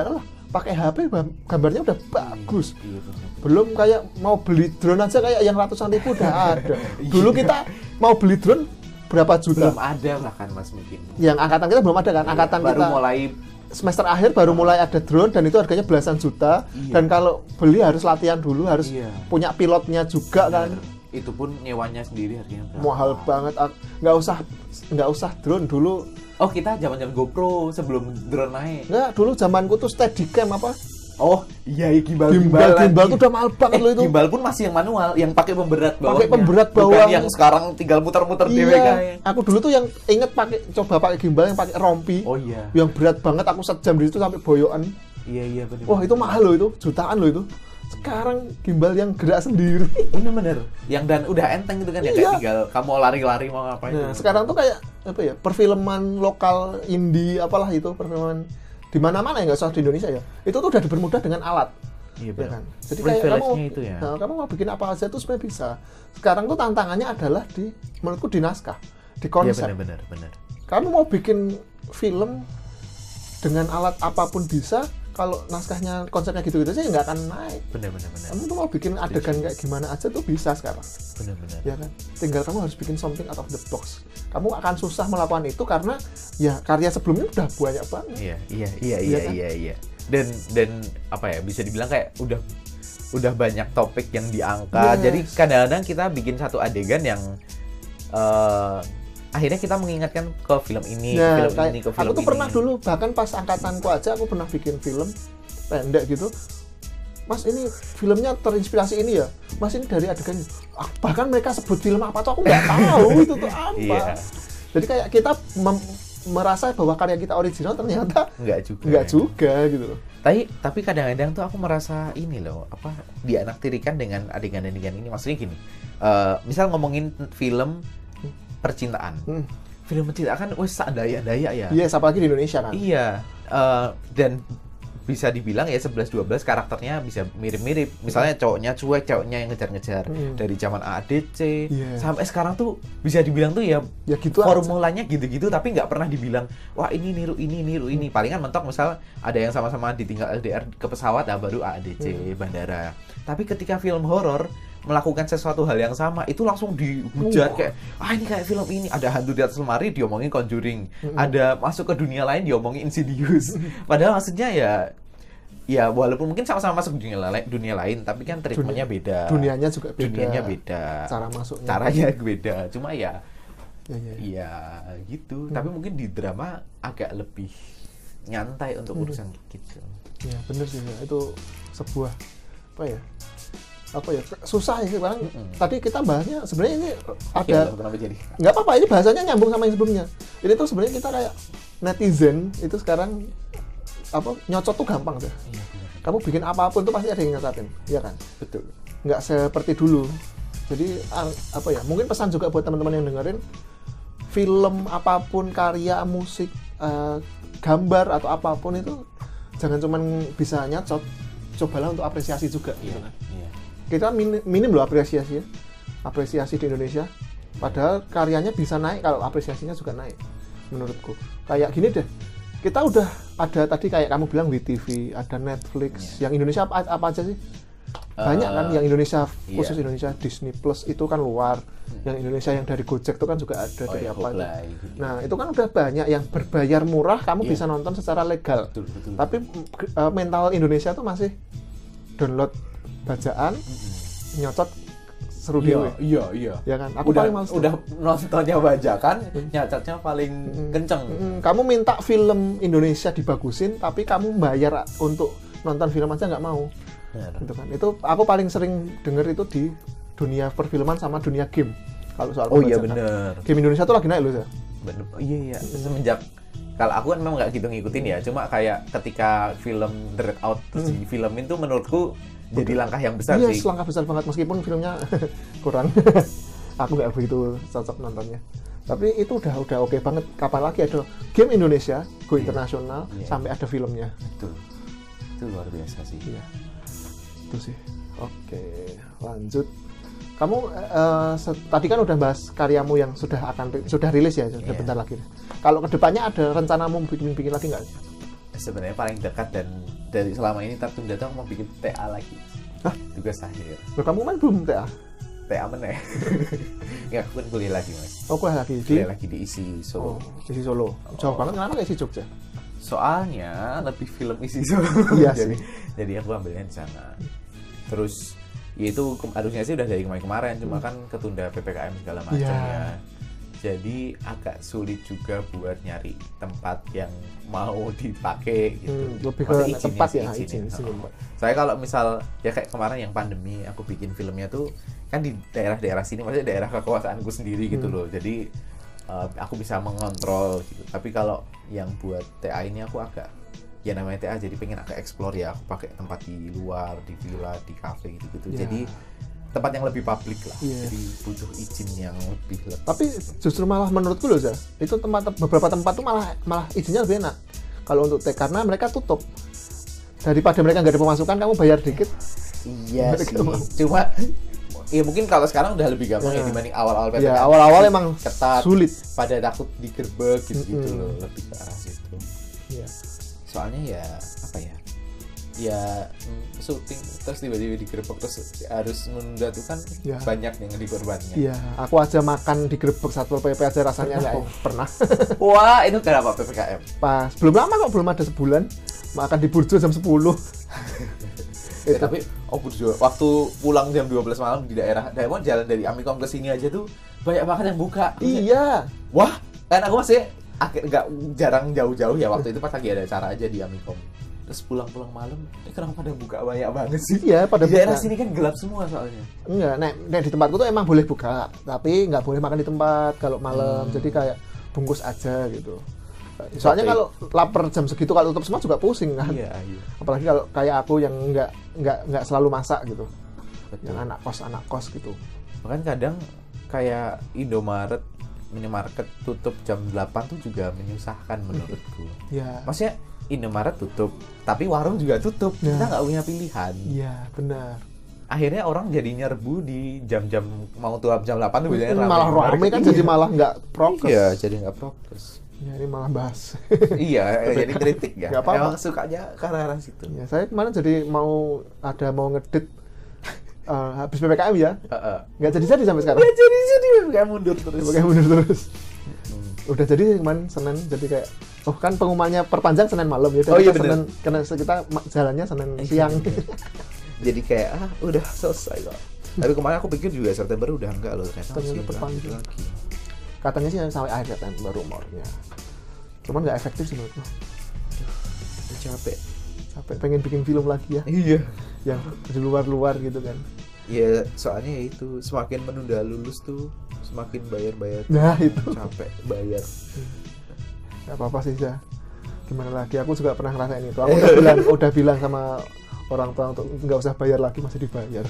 pakai H P gambarnya udah bagus. Iya, bener. Belum kayak mau beli drone aja kayak yang ratusan ribu udah ada. Dulu kita mau beli drone berapa juta? Belum ada bahkan Mas mungkin. Yang angkatan kita belum ada kan? Angkatan baru kita mulai semester akhir baru mulai ada drone dan itu harganya belasan juta. Iya. Dan kalau beli harus latihan dulu, harus Iya. punya pilotnya juga kan. Itu pun nyewanya sendiri harganya berapa? Mahal banget. Nggak usah nggak usah drone dulu. Oh, kita zaman-zaman GoPro sebelum drone naik. Nggak, dulu zamanku tuh Steadicam apa? Oh, iya, gimbal Gimbal, gimbal tuh udah mahal banget eh, loh itu. Gimbal pun masih yang manual, yang pakai pemberat bawahnya. Pakai pemberat Bukan bawah. yang sekarang tinggal muter-muter D W K. Iya, aku dulu tuh yang inget pakai coba pakai gimbal yang pakai rompi. Oh iya. Yang berat banget, aku sejam di situ sampai boyokan. Iya iya benar. Wah, itu mahal loh itu, jutaan loh itu. Sekarang gimbal yang gerak sendiri. Bener-bener. Yang dan udah enteng gitu kan ya, Iya. kayak tinggal kamu mau lari-lari mau ngapain. Nah, gitu. sekarang tuh kayak apa ya? Perfilman lokal indie apalah itu, perfilman di mana-mana ya, nggak usah di Indonesia ya. Itu tuh udah dipermudah dengan alat. Iya Ya benar. kan? Jadi kayak kamu Privilege-nya itu ya. nah, kamu mau bikin apa aja tuh sebenarnya bisa. Sekarang tuh tantangannya adalah di menurutku di naskah, di Iya konsep. benar-benar benar. Kamu mau bikin film dengan alat apapun bisa, kalau naskahnya konsepnya gitu-gitu aja ya nggak akan naik. Benar-benar benar. Kamu tuh mau bikin adegan kayak gimana aja tuh bisa sekarang. Benar-benar. Ya kan? Tinggal kamu harus bikin something out of the box. Kamu akan susah melakukan itu karena ya karya sebelumnya udah banyak banget. Iya, iya, iya, Iya iya, kan? iya, iya. Dan dan apa ya? Bisa dibilang kayak udah udah banyak topik yang diangkat. Yes. Jadi kadang-kadang kita bikin satu adegan yang eh, akhirnya kita mengingatkan ke film ini, Nah, ke film kayak ini, ke film aku tuh ini. pernah dulu, bahkan pas angkatanku aja aku pernah bikin film pendek gitu. Mas, ini filmnya terinspirasi ini ya? Mas, ini dari adegan. Ah, bahkan mereka sebut film apa tuh aku nggak tahu itu tuh apa. Iya. Jadi kayak kita mem- merasa bahwa karya kita original, ternyata Enggak juga. nggak juga gitu loh. Tapi tapi kadang-kadang tuh aku merasa ini loh, apa dianaktirikan dengan adegan-adegan ini. Maksudnya gini, eh, misal ngomongin film percintaan. Hmm. Film percintaan kan wes daya-daya ya. Yes, apalagi di Indonesia kan. Iya, eh, dan bisa dibilang ya sebelas dua belas karakternya bisa mirip-mirip. Misalnya cowoknya cuek, cowoknya yang ngejar-ngejar. Hmm. Dari zaman A D C Iya. sampai sekarang tuh bisa dibilang tuh ya Ya gitu aja. formulanya gitu-gitu, tapi nggak pernah dibilang wah ini niru ini niru ini. Palingan mentok misal ada yang sama-sama ditinggal L D R ke pesawat, nah baru A D C Hmm. bandara. Tapi ketika film horor melakukan sesuatu hal yang sama, itu langsung dihujat Uh. kayak ah ini kayak film ini, ada hantu di atas lemari diomongin Conjuring, Hmm. ada masuk ke dunia lain diomongin Insidious. Padahal maksudnya ya ya walaupun mungkin sama-sama masuk dunia lain, dunia lain, tapi kan treatmentnya beda. Dunianya juga beda. Dunianya beda. Cara masuknya. Caranya beda. Cuma ya Ya, ya, ya. iya gitu. Hmm. Tapi mungkin di drama agak lebih nyantai untuk Hmm. urusan gitu. Ya bener sih ya. Itu sebuah apa ya? Apa ya? Susah ya sekarang. Mm-mm. Tadi kita bahasnya sebenarnya ini Oke, ada loh, kenapa jadi? nggak apa-apa, ini bahasanya nyambung sama yang sebelumnya. Ini tuh sebenarnya kita kayak netizen itu sekarang apa nyocot tuh gampang tuh. Iya, benar. Kamu bikin apapun tuh pasti ada yang nyocotin, ya kan? Betul. Nggak seperti dulu. Jadi ang- apa ya? Mungkin pesan juga buat teman-teman yang dengerin, film apapun, karya musik, eh, gambar atau apapun itu jangan cuman bisa nyocot, cobalah untuk apresiasi juga. Iya, gitu kan. iya. Kita minim, minim loh apresiasi ya. Apresiasi di Indonesia. Padahal karyanya bisa naik kalau apresiasinya juga naik. Menurutku. Kayak gini deh. Kita udah ada tadi kayak kamu bilang W T V, ada Netflix. Iya. Yang Indonesia apa, apa aja sih? Banyak kan yang Indonesia, khusus iya. Indonesia. Disney Plus itu kan luar. Yang Indonesia yang dari Gojek itu kan juga ada Oh, dari ya, apa itu. Hoplay, gitu. Nah, itu kan udah banyak yang berbayar murah, kamu Iya. bisa nonton secara legal. Betul, betul. Tapi uh, mental Indonesia tuh masih download bacaan, nyocot seru iya, dewe. iya, iya. Ya kan? Aku udah paling males tuh. udah nontonnya bajakan, nyacatnya paling kenceng. Mm, kamu minta film Indonesia dibagusin, tapi kamu bayar untuk nonton film aja nggak mau. Benar. Gitu kan? Itu aku paling sering denger itu di dunia perfilman sama dunia game. Kalau soal Oh iya pembajakan. bener. Game Indonesia tuh lagi naik loh ya. Bener. Oh, iya iya. Semenjak kalau aku kan memang nggak gitu ngikutin ya, cuma kayak ketika film The Red Out terus Hmm. di filmin tuh menurutku jadi langkah yang besar Iya, sih. langkah besar banget meskipun filmnya kurang. Aku nggak begitu cocok nontonnya. Tapi itu udah udah oke banget. Kapan lagi ada game Indonesia go Iya. internasional Iya. sampai ada filmnya. Betul. Itu luar biasa sih. Iya. Itu sih. Oke, lanjut. Kamu eh, se- tadi kan udah bahas karyamu yang sudah akan ri- sudah rilis ya, sudah Iya. bentar lagi. Kalau kedepannya ada rencanamu bikin bikin lagi nggak? Sebenarnya paling dekat dan dari selama ini tertunda tuh aku mau bikin T A lagi. Hah? Tugas akhir. Loh, kamu main belum T A? T A meneh. Ya aku kan kuliah lagi mas. Oh kuliah lagi di? Kuliah lagi di I S I Oh, Solo. I S I Solo. Jauh banget, kenapa nggak I S I Jogja? Soalnya lebih film I S I Solo. Iya jadi, sih. jadi aku ambilnya di sana. Terus ya itu ke- harusnya sih udah dari kemarin-kemarin, cuma kan ketunda P P K M segala macam Iya. ya. Jadi agak sulit juga buat nyari tempat yang mau dipakai gitu. Hmm, lebih ke Maksudnya izinnya tempat sih, ya, izinnya. izin, izin Oh. tempat. Saya kalau misal ya kayak kemarin yang pandemi aku bikin filmnya tuh kan di daerah-daerah sini, maksudnya daerah kekuasaanku sendiri gitu Hmm. loh. Jadi uh, aku bisa mengontrol gitu. Tapi kalau yang buat T A ini aku agak ya namanya T A jadi pengen agak explore ya. Aku pakai tempat di luar, di villa, di cafe gitu-gitu. Ya. Jadi tempat yang lebih publik lah. Iya. Jadi butuh izin yang lebih lebih. Tapi justru malah menurutku loh, Za, itu tempat beberapa tempat tuh malah malah izinnya lebih enak kalau untuk T karena mereka tutup. Daripada mereka nggak ada pemasukan, kamu bayar dikit. Iya Mereka sih. mau. Cuma ya mungkin kalau sekarang udah lebih gampang Ya. ya dibanding awal-awal P P K M. Ya awal-awal emang ketat, sulit. pada takut digerebek gitu-gitu Mm-mm. loh, lebih ke arah situ. Iya. Soalnya ya apa ya? Ya mm, syuting terus tiba-tiba digerebek terus harus menunda tuh kan Ya. banyak yang dikorbannya. Iya, aku aja makan di gerbek Satpol P P aja rasanya nggak pernah. Wah, itu kenapa P P K M? Pas belum lama kok, belum ada sebulan makan di Burjo jam sepuluh. Ya, tapi oh Burjo, waktu pulang jam dua belas malam di daerah Diamond jalan dari Amikom ke sini aja tuh banyak banget yang buka. Iya. Wah, kan aku masih akhir nggak jarang jauh-jauh ya waktu itu pas lagi ada acara aja di Amikom. Terus pulang-pulang malam, eh kenapa pada buka banyak banget sih? Iya, pada Di daerah buka. sini kan gelap semua soalnya. Enggak, nek, nek di tempatku tuh emang boleh buka, tapi nggak boleh makan di tempat kalau malam. Hmm. Jadi kayak bungkus aja gitu. Soalnya Oke. kalau lapar jam segitu kalau tutup semua juga pusing kan. Iya, iya. Apalagi kalau kayak aku yang nggak nggak nggak selalu masak gitu. Betul. Yang anak kos anak kos gitu. Bahkan kadang kayak Indomaret, minimarket tutup jam delapan tuh juga menyusahkan menurutku. Ya. Maksudnya Indomaret tutup, tapi warung juga tutup. Ya. Kita nggak punya pilihan. Iya, benar. Akhirnya orang jadi nyerbu di jam-jam mau tutup jam delapan tuh biasanya rame. Malah rame kan jadi malah nggak prokes. Iya, jadi nggak prokes. Ya, ini malah bahas. Iya, jadi kritik ya. Nggak apa-apa. Emang sukanya ke arah situ. Ya, saya kemarin jadi mau ada mau ngedit eh, habis P P K M ya. Heeh. Nggak jadi-jadi sampai sekarang. Nggak jadi jadi kayak mundur terus. P P K M mundur terus. Hmm. Udah jadi kemarin Senin, jadi kayak oh kan pengumumannya perpanjang Senin malam ya. Oh, iya, kita bener. Senin karena kita ma- jalannya Senin siang. Jadi kayak ah udah selesai kok. Tapi kemarin aku pikir juga September udah enggak loh, ternyata Ternyata masih perpanjang. lanjut lagi. Katanya sih sampai akhir September rumornya. Cuman nggak efektif sih menurutku. Udah capek. Sampai pengen bikin film lagi ya, Iya. yang di luar-luar gitu kan. Ya soalnya ya itu semakin menunda lulus tuh semakin bayar-bayar. Nah itu. Capek bayar. Gak apa-apa sih ya. Gimana lagi? Aku juga pernah ngerasain itu. Aku udah bilang, udah bilang sama orang tua untuk nggak usah bayar lagi, masih dibayar.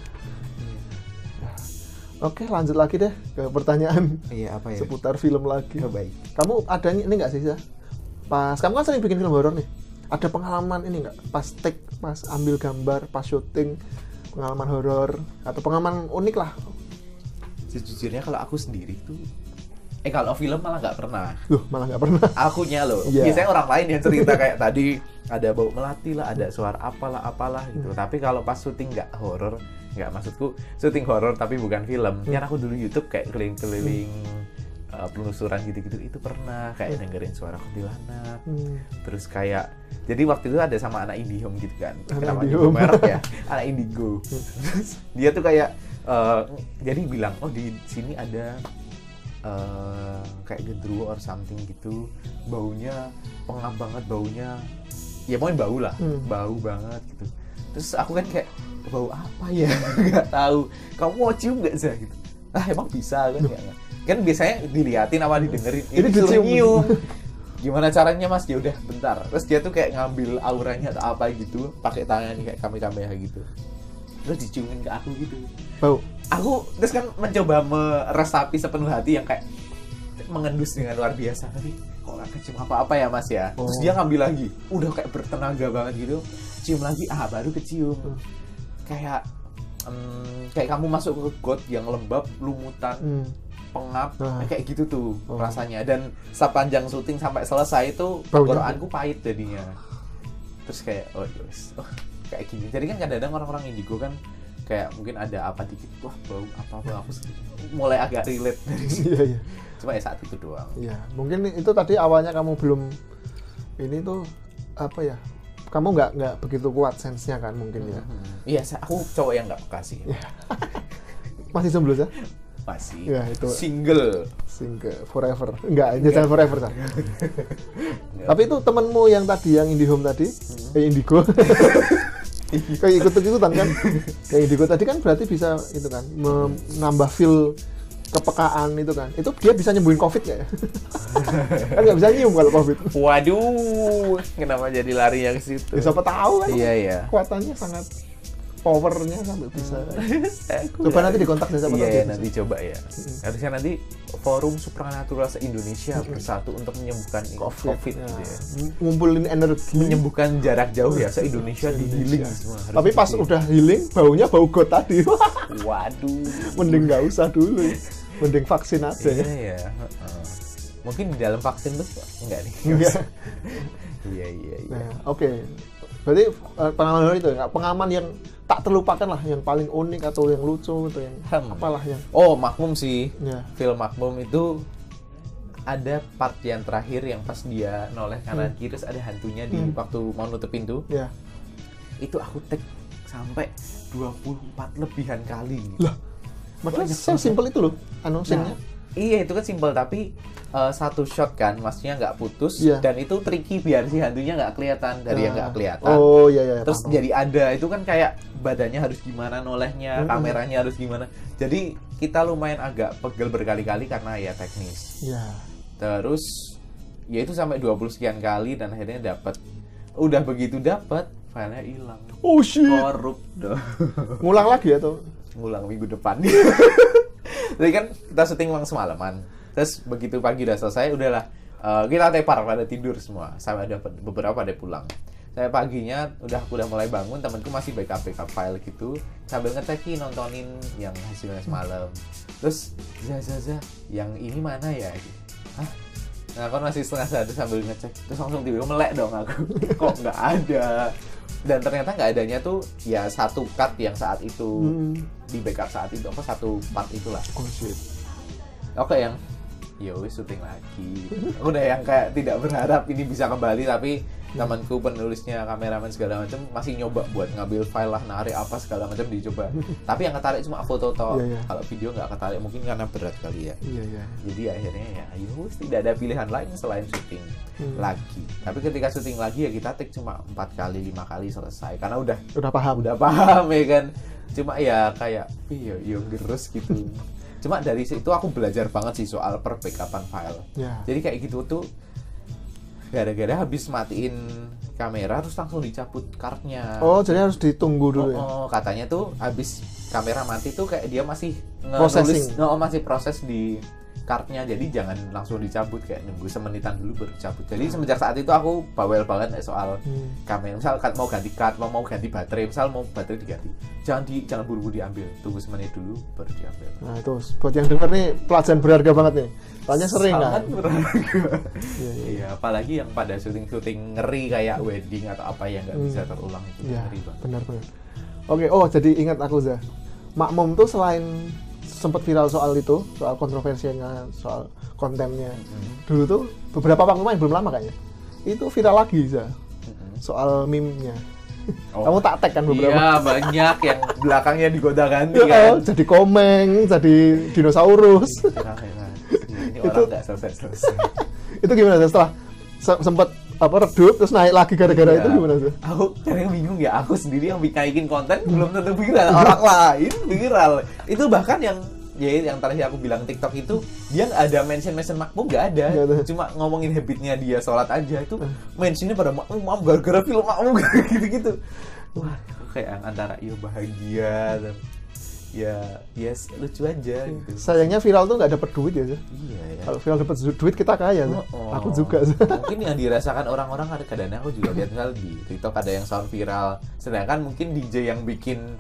Ya. Oke, lanjut lagi deh ke pertanyaan Iya apa ya? seputar film lagi. Ya, baik. Kamu ada ini nggak sih ya? Pas kamu kan sering bikin film horor nih. Ada pengalaman ini nggak? Pas take, pas ambil gambar, pas syuting, pengalaman horor atau pengalaman unik lah. Sejujurnya kalau aku sendiri tuh eh kalau film malah nggak pernah. Loh, malah nggak pernah. Akunya loh. Iya. Biasanya orang lain yang cerita kayak tadi ada bau melati lah, ada suara apalah apalah gitu. Hmm. Tapi kalau pas syuting nggak horor, nggak maksudku syuting horor tapi bukan film. Hmm. Kan aku dulu YouTube kayak keliling-keliling uh, penelusuran gitu-gitu itu pernah kayak Hmm. dengerin suara kuntilanak. Hmm. Terus kayak jadi waktu itu ada sama anak IndiHome gitu kan. Anak Kenapa IndiHome. nyebut merek ya? Anak Indigo. Terus dia tuh kayak uh, jadi bilang, "Oh, di sini ada uh, kayak gendruwo or something gitu. Baunya pengap banget baunya. Ya pokoknya bau lah, Hmm. bau banget gitu." Terus aku kan kayak bau apa ya? Nggak tahu. Kamu mau cium nggak sih gitu? Ah, emang bisa kan ya? Kan biasanya diliatin apa didengerin. Ini Ini suruh dicium. nyium. Gimana caranya Mas? Ya udah bentar. Terus dia tuh kayak ngambil auranya atau apa gitu, pakai tangan kayak kami-kami gitu. Terus diciumin ke aku gitu. Bau. Aku terus kan mencoba meresapi sepenuh hati yang kayak mengendus dengan luar biasa, tapi kok gak kecium apa-apa ya Mas ya. Terus Oh. dia ngambil lagi, udah kayak bertenaga banget gitu, cium lagi, ah baru kecium. Hmm. Kayak em, kayak kamu masuk ke got yang lembab, lumutan, Hmm. pengap, Nah. kayak gitu tuh Oh. rasanya. Dan sepanjang syuting sampai selesai itu Baunya. tenggorokanku pahit jadinya. terus kayak oh yes, oh kayak gini. Jadi kan kadang-kadang orang-orang indigo kan kayak mungkin ada apa dikit, wah bau apa apa aku mulai agak relate dari situ. Iya, iya. Cuma ya saat itu doang. Iya, mungkin itu tadi awalnya kamu belum ini tuh apa ya? Kamu nggak nggak begitu kuat sense-nya kan mungkin ya. Iya, hmm. aku cowok yang nggak peka sih. Masih jomblo ya? Masih. Ya, itu single. Single forever. Enggak, jangan forever kan. Tapi itu temenmu yang tadi yang IndiHome tadi, hmm. eh Indigo. Kayak ikut-ikutan kan. Kayak Indigo tadi kan berarti bisa itu kan menambah feel kepekaan itu kan. Itu dia bisa nyembuhin COVID nggak ya? Kan nggak bisa nyium kalau COVID. Waduh, kenapa jadi lari yang ke situ? Ya, siapa tahu kan? Iya, iya. Kuatannya sangat powernya sampai bisa. Coba nanti dikontak deh sama Iya, nanti coba ya. Harusnya nanti Forum Supranatural se-Indonesia bersatu untuk menyembuhkan COVID, COVID ya. gitu ya. Ngumpulin energi, menyembuhkan jarak jauh ya se-Indonesia di healing semua. Tapi pas gitu. Udah healing, baunya bau got tadi. Waduh. Mending nggak usah dulu. Mending vaksin aja. Iya, ya. Uh, mungkin di dalam vaksin tuh enggak nih. Enggak. Iya, iya, iya. Nah, oke. Okay. Berarti pengalaman itu ya, pengalaman yang tak terlupakan lah, yang paling unik atau yang lucu atau yang hmm. apalah yang. Oh, Makmum sih. Ya. Film Makmum itu ada part yang terakhir yang pas dia noleh kanan hmm. kiri terus ada hantunya di hmm. waktu mau nutup pintu. Ya. Itu aku take sampai dua puluh empat lebihan kali. Lah. Makanya sesimpel itu loh, anu scene-nya. Nah, iya, itu kan simpel tapi uh, satu shot kan, maksudnya nggak putus yeah. dan itu tricky biar si hantunya nggak kelihatan dari nah. yang nggak kelihatan. Oh iya iya. Terus paham. Jadi ada itu kan kayak badannya harus gimana nolehnya, mm-hmm. kameranya harus gimana. Jadi kita lumayan agak pegel berkali-kali karena ya teknis. Iya. Yeah. Terus ya itu sampai dua puluh sekian kali dan akhirnya dapat. Udah begitu dapat, filenya hilang. Oh shit. Korup dong. Ngulang lagi atau? Ngulang minggu depan. Jadi kan kita syuting uang semalaman. Terus begitu pagi udah selesai, udahlah uh, kita tepar pada tidur semua. Sampai ada beberapa ada pulang. Saya paginya udah udah mulai bangun, temanku masih backup backup file gitu, sambil ngecekin nontonin yang hasilnya semalam. Terus Zaza Zaza, yang ini mana ya? Hah? Nah, aku masih setengah sadar sambil ngecek. Terus langsung tiba-tiba melek dong aku. Kok nggak ada? Dan ternyata nggak adanya tuh ya satu cut yang saat itu hmm. di backup saat itu apa satu part itulah. Oh shit. Oke yang ya wis syuting lagi. Udah yang kayak tidak berharap ini bisa kembali tapi hmm. temanku penulisnya kameramen segala macam masih nyoba buat ngambil file lah narik apa segala macam dicoba. Tapi yang ketarik cuma foto toh. Yeah, yeah. Kalau video nggak ketarik mungkin karena berat kali ya. Iya yeah, iya. Yeah. Jadi akhirnya ya ya wis tidak ada pilihan lain selain syuting hmm. lagi. Tapi ketika syuting lagi ya kita take cuma empat kali lima kali selesai karena udah udah paham udah paham ya kan. Cuma ya kayak iya iya gerus gitu. Cuma dari situ aku belajar banget sih soal perbackupan file. Yeah. Jadi kayak gitu tuh gara-gara habis matiin kamera terus langsung dicabut cardnya. Oh, jadi harus ditunggu dulu oh, ya? Oh, katanya tuh habis kamera mati tuh kayak dia masih processing. No, masih proses di cardnya, jadi jangan langsung dicabut, kayak nunggu semenitan dulu baru dicabut. Jadi hmm. semenjak saat itu aku bawel banget soal hmm. kamera. Misal mau ganti card, mau mau ganti baterai, misal mau baterai diganti, jangan di jangan buru-buru diambil, tunggu semenit dulu baru diambil. Nah itu buat yang denger nih pelajaran berharga banget nih. Soalnya sering sangat kan. Sangat berharga. Iya, iya. Iya, apalagi yang pada syuting-syuting ngeri kayak wedding atau apa yang nggak hmm. bisa terulang itu ya, ngeri banget. Benar-benar. Oke, oh jadi ingat aku Zah. Makmum tuh selain sempat viral soal itu, soal kontroversinya, soal kontennya. Mm-hmm. Dulu tuh beberapa waktu main belum lama kayaknya. Itu viral lagi Zah. Mm-hmm. Soal meme-nya. Oh. Kamu tak tag kan beberapa? Iya, banyak yang belakangnya digoda-ganti ya, kan. Jadi komeng, jadi dinosaurus. Ini orang itu nggak selesai-selesai. Itu gimana setelah se- sempat apa redup terus naik lagi gara-gara iya. Itu gimana sih? Aku kadang bingung ya, aku sendiri yang bikin konten belum tentu viral, orang lain viral. Itu bahkan yang ya yang terakhir aku bilang TikTok itu dia nggak ada mention-mention makmum, nggak ada. Gak ada, cuma ngomongin habitnya dia sholat aja itu mentionnya pada makmum, makmum gara-gara film makmum gitu-gitu. Wah, kayak antara iya bahagia dan ya yes lucu aja gitu. Sayangnya viral tuh nggak dapet duit ya. Iya ya. Kalau viral dapet duit kita kaya. Oh, oh. Aku juga. Mungkin yang dirasakan orang-orang ada kadang aku juga lihat misal di TikTok ada yang sound viral, sedangkan mungkin D J yang bikin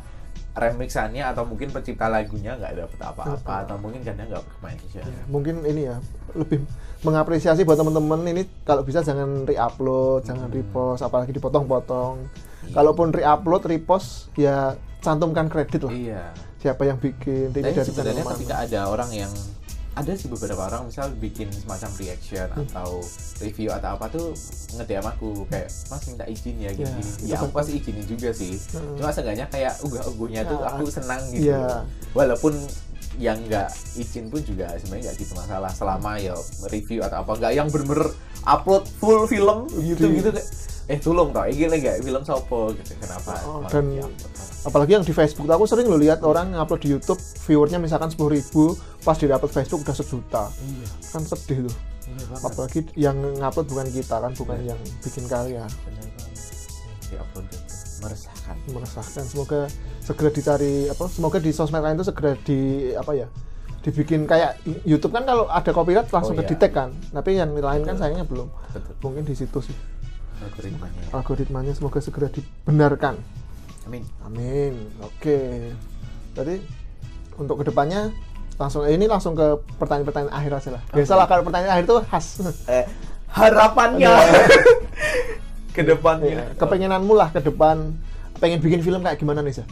remixannya atau mungkin pencipta lagunya nggak dapet apa-apa Uh-uh. atau mungkin karena nggak main Ya, mungkin ini ya lebih mengapresiasi buat teman-teman ini kalau bisa jangan re-upload, jangan Hmm. repost, apalagi dipotong-potong. Iya. Kalaupun re-upload, repost ya cantumkan kredit lah. Iya. Siapa yang bikin ini Tapi dari sebenarnya channel ketika mana. ada orang yang ada sih beberapa orang misal bikin semacam reaction Hmm. atau review atau apa tuh nge-D M aku kayak Mas minta izin ya gini Ya, gini. itu Ya aku kan- pasti izinin juga sih. Hmm. Cuma seenggaknya kayak unggah-ungguhnya tuh Ya. aku senang gitu. Iya. Walaupun yang nggak izin pun juga sebenarnya nggak gitu masalah selama ya review atau apa nggak yang bener-bener upload full film gitu Iya. gitu kayak eh tolong tau ini lagi film sopo gitu kenapa Oh, malah dan- di-upload? Apalagi yang di Facebook, aku sering lo lihat orang ngupload di YouTube, viewernya misalkan sepuluh ribu, pas di upload Facebook udah sejuta. Iya, Kan sedih tuh. iya banget. Apalagi yang ngupload bukan kita kan, bukan yang bikin karya. Bener banget. Di upload itu meresahkan. Meresahkan. Semoga segera dicari apa? Semoga di sosmed lain itu segera di apa ya? Dibikin kayak YouTube kan kalau ada copyright langsung Oh, ke iya. detect kan. Tapi yang lain kan Betul. sayangnya belum. Betul. Mungkin di situ sih Algoritmanya. algoritmanya semoga segera dibenarkan. Amin. Amin. Oke. Jadi untuk kedepannya langsung eh, ini langsung ke pertanyaan-pertanyaan akhir aja lah. Biasalah kalau pertanyaan akhir itu khas. Eh, harapannya ke depannya. Ya, kepengenanmu lah ke depan pengen bikin film kayak gimana nih, Sa?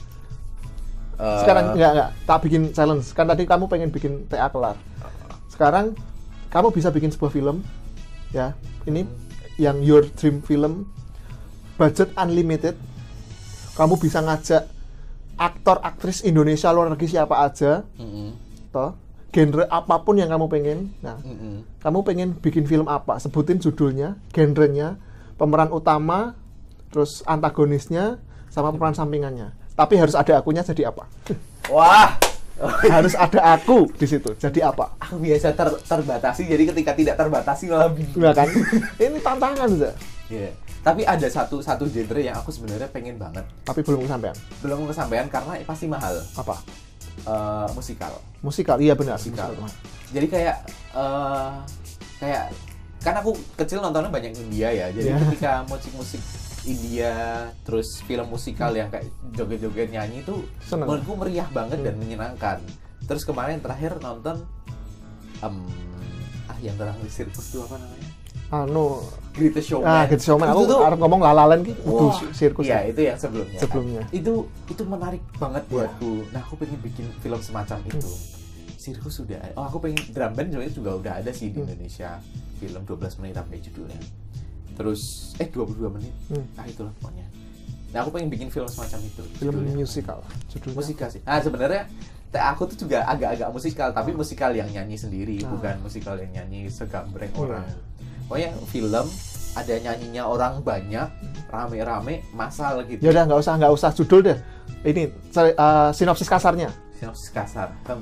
Eh, Sekarang enggak enggak, tak bikin challenge. Kan tadi kamu pengen bikin T A kelar. Sekarang kamu bisa bikin sebuah film ya. Ini yang your dream film, budget unlimited. Kamu bisa ngajak aktor aktris Indonesia luar negeri siapa aja, mm-mm, toh. Genre apapun yang kamu pengen. Nah, mm-mm. kamu pengen bikin film apa? Sebutin judulnya, genrenya, pemeran utama, terus antagonisnya, sama pemeran sampingannya. Tapi harus ada akunya jadi apa? Wah, Harus ada aku di situ. Jadi apa? aku biasa ter- terbatasi. Jadi ketika tidak terbatasi malah bingung. Enggak kan? Ini tantangan, Za. Iya. Tapi ada satu satu genre yang aku sebenarnya pengen banget. Tapi belum kesampaian. Belum kesampaian karena pasti mahal. Apa? Eh, musikal. Musikal. Iya benar. Musikal. Musikal. Jadi kayak eh kayak kan aku kecil nontonnya banyak India ya. Jadi Yeah. ketika musik-musik India terus film musikal yang kayak joget-joget nyanyi itu Seneng. menurutku meriah banget dan Hmm. menyenangkan. Terus kemarin terakhir nonton em, ah yang terakhir sirkus itu apa namanya? Anu, Greatest Showman. ah, gitu showman. Aku Itu tuh- arep ngomong lalalan ki kudu Wah, sirkus. iya ya. itu yang sebelumnya. Sebelumnya. Itu itu menarik banget Iya. buatku. Nah aku pengen bikin film semacam itu. Sirkus sudah. Oh aku pengen drum band sebenarnya juga udah ada sih di Hmm. Indonesia. Film dua belas menit apa ya judulnya. Terus eh dua puluh dua menit. Hmm. Ah itulah pokoknya. Nah aku pengen bikin film semacam itu. Film Judulnya. musikal. Judulnya. Musikal sih. Ah sebenarnya te- aku tuh juga agak-agak musikal, tapi musikal yang nyanyi sendiri, Ah. bukan musikal yang nyanyi segambreng Iya. orang. Pokoknya film ada nyanyinya orang banyak, rame-rame, massal gitu. Ya udah nggak usah nggak usah judul deh. Ini cari, eh, sinopsis kasarnya. Sinopsis kasar. Hmm.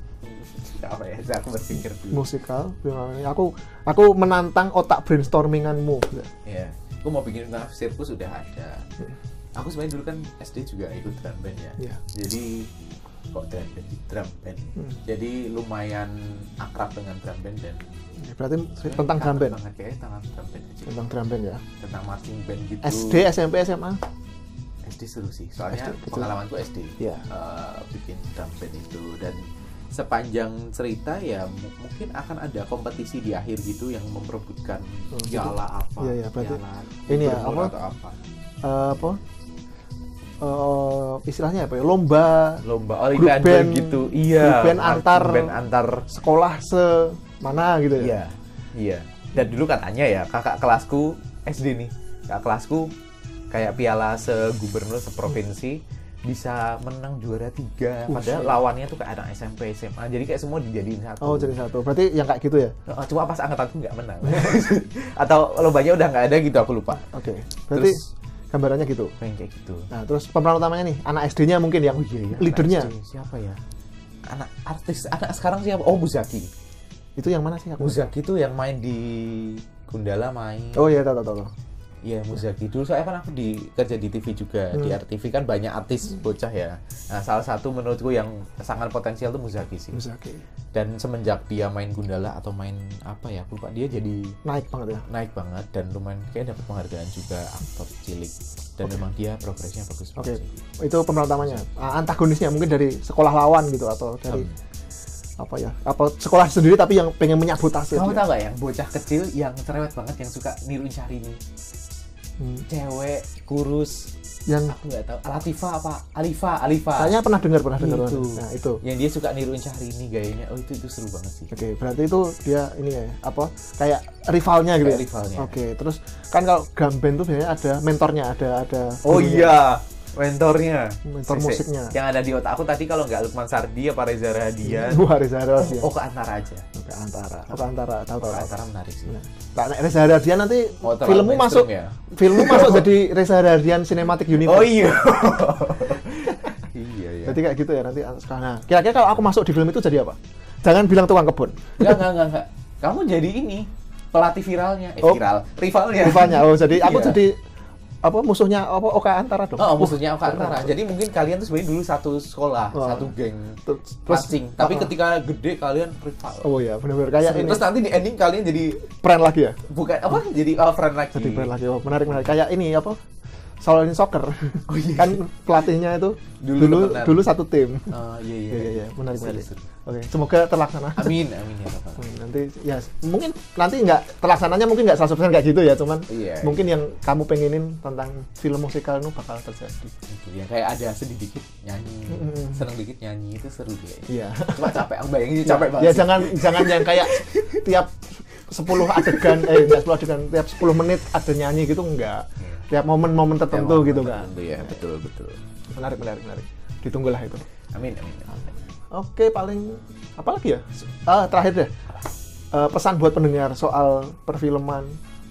Apa ya? Saya aku berpikir dulu. Musikal. film ini. Aku aku menantang otak brainstorminganmu. Iya. Aku mau bikin tentang sirkus sudah ada. Aku sebenarnya dulu kan S D juga ikut drum band ya. Iya. Jadi kok drum band, drum band. Hmm. Jadi lumayan akrab dengan drum band dan Ya, berarti tentang drum band. banget kayaknya tentang drum band aja. Tentang drum band ya. Tentang marching band gitu. S D, S M P, S M A. S D seru sih. Soalnya S D, betul. pengalamanku S D. Iya. eh, bikin drum band itu dan sepanjang cerita ya mu- mungkin akan ada kompetisi di akhir gitu yang memperebutkan Oh, gitu. piala apa. Iya, iya, berarti piala ini ya, gubernur apa? atau apa. Eh, apa? Eh, istilahnya apa ya? Lomba Lomba Grup olimpiade band- gitu. Iya. grup band marching antar- band antar sekolah semana gitu ya. Iya, iya. Dan dulu katanya ya kakak kelasku S D nih, kakak kelasku kayak piala segubernur seprovinsi bisa menang juara tiga. Uh, Padahal shit. lawannya tuh kayak anak S M P, S M A. Jadi kayak semua dijadiin satu. Oh, jadi satu. Berarti yang kayak gitu ya? Oh, cuma pas angkatanku nggak menang. Atau lombanya udah nggak ada gitu, aku lupa. Oke. Berarti Terus- gambarannya gitu. Pengen kayak gitu. Nah, terus pemeran utamanya nih, anak S D-nya mungkin yang Oh iya ya. leadernya. anak S D. Siapa ya? Anak artis, anak sekarang siapa? Oh Muzaki. Itu yang mana sih aku? Muzaki tuh yang main di Gundala main. Oh iya, tahu tahu tahu. Iya, Muzaki. Dulu saya kan aku di kerja di T V juga, Hmm. di R T V kan banyak artis bocah ya. Nah, salah satu menurutku yang sangat potensial tuh Muzaki sih. Muzaki. Dan semenjak dia main Gundala atau main apa ya, aku lupa, dia jadi Naik banget ya. naik banget dan lumayan kayak dapat penghargaan juga aktor cilik. Dan memang dia progresnya bagus Oke, banget sih. itu pemeran utamanya. Ah, antagonisnya mungkin dari sekolah lawan gitu atau dari Um, apa ya? Apa sekolah sendiri tapi yang pengen menyabotase Kamu dia. tahu gak yang bocah kecil yang cerewet banget yang suka niruin Syahrini? Hmm. Cewek, kurus, Yang aku nggak tahu. Latifa apa? Alifa, Alifa. kayaknya pernah dengar, pernah dengar. Itu. Nah, itu. Yang dia suka niruin Syahrini gayanya. Oh, itu itu seru banget sih. Oke, berarti itu dia ini ya, apa? Kayak rivalnya gitu Kayak ya. rivalnya. Oke, terus kan kalau drum band tuh biasanya ada mentornya, ada ada Oh gurunya. iya, mentornya. Mentor Si- si- musiknya. Yang ada di otak aku tadi kalau nggak Lukman Sardi apa Reza Radian. Wah, Reza Radian. Oh, ke antara aja. Oke, antara. Oke, antara. Tahu tahu. Ke tahu. antara menarik sih. Nah, Pak Reza Radian nanti Oh, terlalu filmmu masuk mainstream ya? filmmu masuk jadi Reza Radian Cinematic Universe. Oh iya. Iya, iya. Jadi kayak gitu ya nanti sekarang. Nah, kira-kira kalau aku masuk di film itu jadi apa? Jangan bilang tukang kebun. Enggak, enggak, enggak, enggak. Kamu jadi ini pelatih viralnya. Eh, Oh. viral. Rivalnya. Rivalnya. Oh, jadi aku Iya. jadi apa musuhnya apa Oka Antara dong. Oh, musuhnya Oka Uh, Antara. Jadi mungkin kalian tuh sebenarnya dulu satu sekolah, Oh. satu geng Terus, passing. Tapi uh-uh. ketika gede kalian rival. Oh iya, benar-benar kayak ini. Terus nanti di ending kalian jadi Brand lagi ya? bukan apa? Jadi oh, friend lagi. Jadi brand lagi. Oh, menarik menarik. Kayak ini apa? Shaolin Soccer. Oh, iya. Kan pelatihnya itu Dulu dulu temenan. dulu satu tim. Oh, iya iya. Iya iya iya, menarik Seru, menarik. seru. Oke, semoga terlaksana. Amin, amin ya Bapak. Hmm, nanti ya mungkin nanti nggak terlaksananya mungkin nggak seratus persen kayak gitu ya, cuman Iya, mungkin yang kamu pengenin tentang film musikal itu bakal terjadi. Itu yang kayak ada sedih dikit nyanyi, Mm-mm. seneng dikit nyanyi itu seru deh. Iya. Cuma capek, aku bayangin sih capek banget. Ya sih. jangan jangan yang kayak tiap sepuluh adegan eh enggak sepuluh adegan tiap sepuluh menit ada nyanyi gitu enggak. Iya. Tiap momen-momen tertentu Ya, gitu kan. tertentu ya, betul betul. Menarik menarik menarik. Ditunggulah itu. Amin amin. amin. Oke, paling apa lagi ya? Ah, terakhir deh. Eh, pesan buat pendengar soal perfilman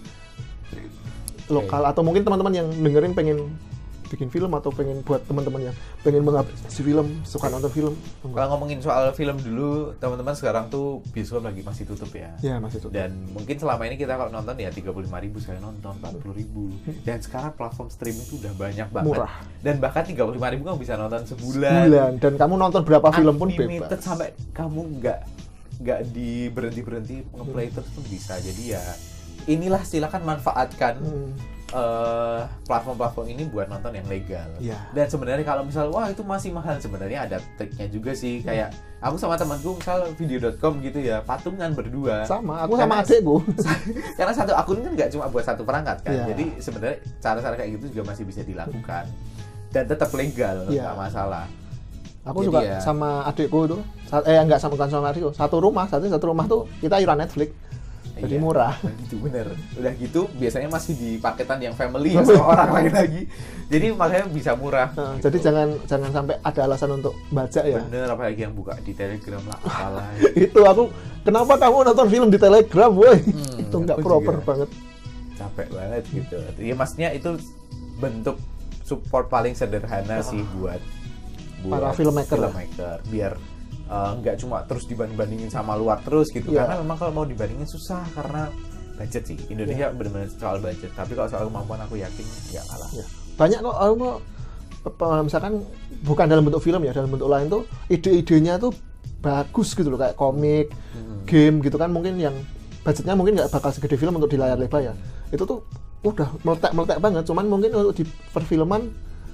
lokal atau mungkin teman-teman yang dengerin pengen bikin film atau pengen buat teman-teman yang pengen mengapresiasi film, suka nonton film. Kalau ngomongin soal film dulu, teman-teman sekarang tuh bioskop lagi masih tutup ya. Ya, masih tutup. Dan mungkin selama ini kita kalau nonton ya tiga puluh lima ribu sekali nonton, empat puluh ribu. Dan sekarang platform streaming itu udah banyak banget. Murah. Dan bahkan tiga puluh lima ribu kamu bisa nonton sebulan. Bulan dan kamu nonton berapa film pun Unlimited bebas. sampai kamu nggak nggak di berhenti berhenti ngeplay terus pun bisa. Jadi ya inilah silakan manfaatkan Hmm. eh, platform-platform ini buat nonton yang legal. Iya. Dan sebenarnya kalau misal wah itu masih mahal, sebenarnya ada triknya juga sih. Kayak aku sama temanku misal video dot com gitu ya, patungan berdua. Sama, aku sama Karena- adekku. Karena satu akun kan nggak cuma buat satu perangkat kan. Iya. Jadi sebenarnya cara-cara kayak gitu juga masih bisa dilakukan dan tetap legal, Iya. nggak masalah. Aku Jadi juga ya- sama adikku itu. Sa- Eh enggak sama bukan sama adikku. Satu rumah, satu satu rumah tuh kita iuran Netflix. Jadi Iya, murah. gitu bener. Udah gitu biasanya masih di paketan yang family ya, sama orang lain lagi. Jadi makanya bisa murah. Nah, gitu. Jadi jangan jangan sampai ada alasan untuk baca ya. Bener, apalagi yang buka di Telegram lah apalah. Itu aku kenapa kamu nonton film di Telegram, woi? Hmm, Itu nggak aku proper juga. banget. Capek banget gitu. Ya maksudnya itu bentuk support paling sederhana sih buat, buat Para filmmaker lah. filmmaker. Biar eh, nggak cuma terus dibanding-bandingin sama luar terus gitu. Iya. Karena memang kalau mau dibandingin susah karena budget sih. Indonesia benar-benar soal budget. Tapi kalau soal kemampuan aku yakin nggak kalah. Ya. Banyak kok aku kok, apa, misalkan bukan dalam bentuk film ya, dalam bentuk lain tuh ide-idenya tuh bagus gitu loh, kayak komik, Hmm. game gitu kan, mungkin yang budgetnya mungkin nggak bakal segede film untuk di layar lebar ya. Itu tuh udah meletak-meletak banget, cuman mungkin untuk di perfilman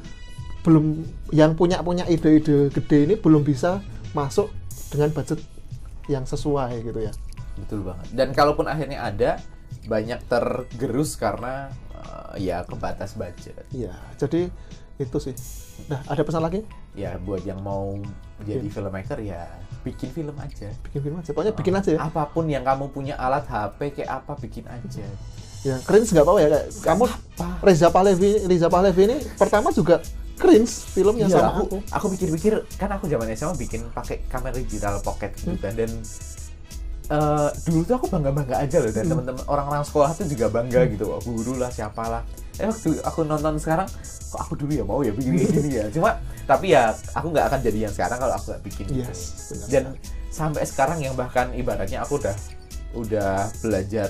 belum, yang punya punya ide-ide gede ini belum bisa masuk dengan budget yang sesuai gitu ya. Betul banget. Dan kalaupun akhirnya ada, banyak tergerus karena eh, ya kebatas budget. Iya, jadi itu sih. Nah, ada pesan lagi? Ya buat yang mau jadi Bikin. filmmaker ya bikin film aja. Bikin film aja, pokoknya bikin aja ya. Apapun yang kamu punya alat H P kayak apa bikin aja. Ya, cringe nggak apa-apa ya. Kayak kamu apa. Reza Pahlevi, Reza Pahlevi ini pertama juga cringe filmnya Iya, sama aku, aku. aku pikir-pikir kan aku zaman S M A bikin pakai kamera digital pocket gitu kan, dan eh, dulu tuh aku bangga-bangga aja loh, dan Hmm. teman-teman orang-orang sekolah tuh juga bangga gitu, wah, guru lah siapalah. Eh waktu aku nonton sekarang kok aku dulu ya mau ya bikin kayak gini ya. Cuma tapi ya aku nggak akan jadi yang sekarang kalau aku nggak bikin gitu. Yes, benar. Dan sampai sekarang yang bahkan ibaratnya aku udah udah belajar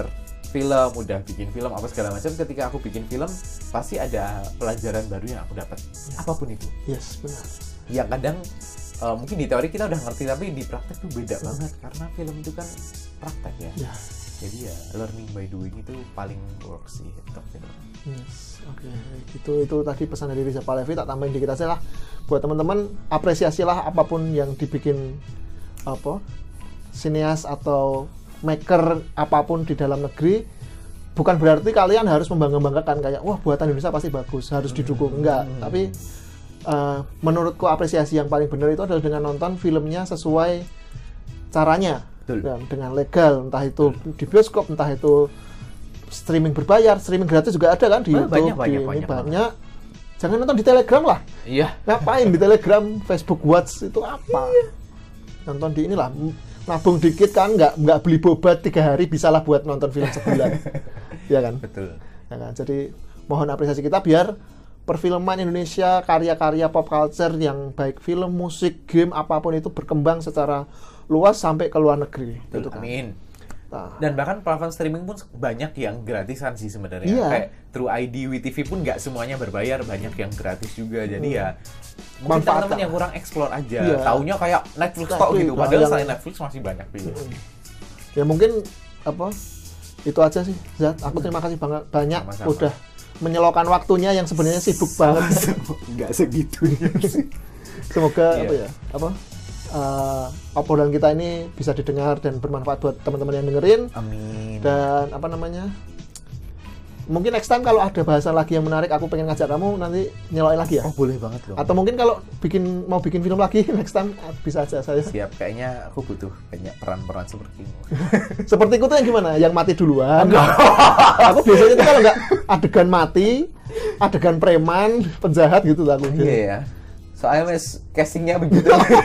film, udah bikin film apa segala macam. Ketika aku bikin film, pasti ada pelajaran baru yang aku dapat. Apapun itu. Yes, benar. Yang kadang uh, mungkin di teori kita udah ngerti, tapi di praktek tuh beda banget karena film itu kan praktek ya. Ya. Jadi ya learning by doing itu paling works sih untuk film. Yes, oke. Okay. Itu itu tadi pesan dari Riza Palevi, tak tambahin dikit aja lah. Buat teman-teman, apresiasilah apapun yang dibikin apa sineas atau maker apapun di dalam negeri. Bukan berarti kalian harus membangga-banggakan kayak wah buatan Indonesia pasti bagus, harus didukung. Enggak, hmm. tapi uh, menurutku apresiasi yang paling benar itu adalah dengan nonton filmnya sesuai caranya. Dan dengan legal, entah itu di bioskop, entah itu streaming berbayar, streaming gratis juga ada kan di nah, YouTube, banyak, di banyak, ini banyak, banyak. Jangan nonton di Telegram lah. Iya. Ngapain di Telegram, Facebook Watch itu apa? Iya. Nonton di inilah, nabung dikit kan, nggak nggak beli boba tiga hari bisalah buat nonton film sebulan, ya kan? Betul. Ya kan? Jadi mohon apresiasi kita biar perfilman Indonesia, karya-karya pop culture yang baik film, musik, game apapun itu berkembang secara luas sampai ke luar negeri. Betul, gitu kan. Amin. Nah. Dan bahkan platform streaming pun banyak yang gratisan sih sebenarnya. Iya. Kayak True I D, W T V pun nggak semuanya berbayar, banyak yang gratis juga. Jadi hmm. ya mungkin teman-teman yang kurang explore aja. Iya. Taunya kayak Netflix tok gitu. Padahal yang... selain Netflix masih banyak juga. Hmm. Ya mungkin apa? Itu aja sih, Zat. Aku terima kasih banget banyak Sama-sama. Udah menyelokan waktunya yang sebenarnya sibuk banget. Nggak segitunya sih. Semoga iya. apa ya? Apa? Uh, obrolan kita ini bisa didengar dan bermanfaat buat teman-teman yang dengerin. Amin. Dan apa namanya? Mungkin next time kalau ada bahasan lagi yang menarik, aku pengen ngajak kamu nanti nyeloin lagi ya. Oh boleh banget loh. Atau mungkin kalau bikin mau bikin film lagi next time bisa aja saya. Siap. Kayaknya aku butuh banyak peran-peran sepertimu. Sepertiku tuh yang gimana? Yang mati duluan. Aku biasanya tuh kalau nggak adegan mati, adegan preman, penjahat gitu lah aku. Iya ya. Soalnya mes castingnya begitu.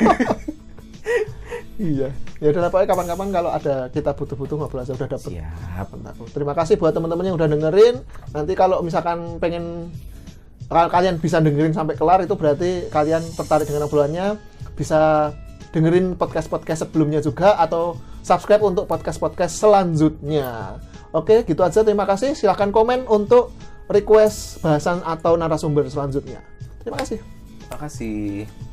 Iya, ya udah pokoknya kapan-kapan kalau ada kita butuh-butuh ngobrol aja udah dapet. Siap. Terima kasih buat teman-teman yang udah dengerin. Nanti kalau misalkan pengen kalian bisa dengerin sampai kelar itu berarti kalian tertarik dengan obrolannya. Bisa dengerin podcast-podcast sebelumnya juga atau subscribe untuk podcast-podcast selanjutnya. Oke, gitu aja. Terima kasih. Silahkan komen untuk request bahasan atau narasumber selanjutnya. Terima kasih. Terima kasih.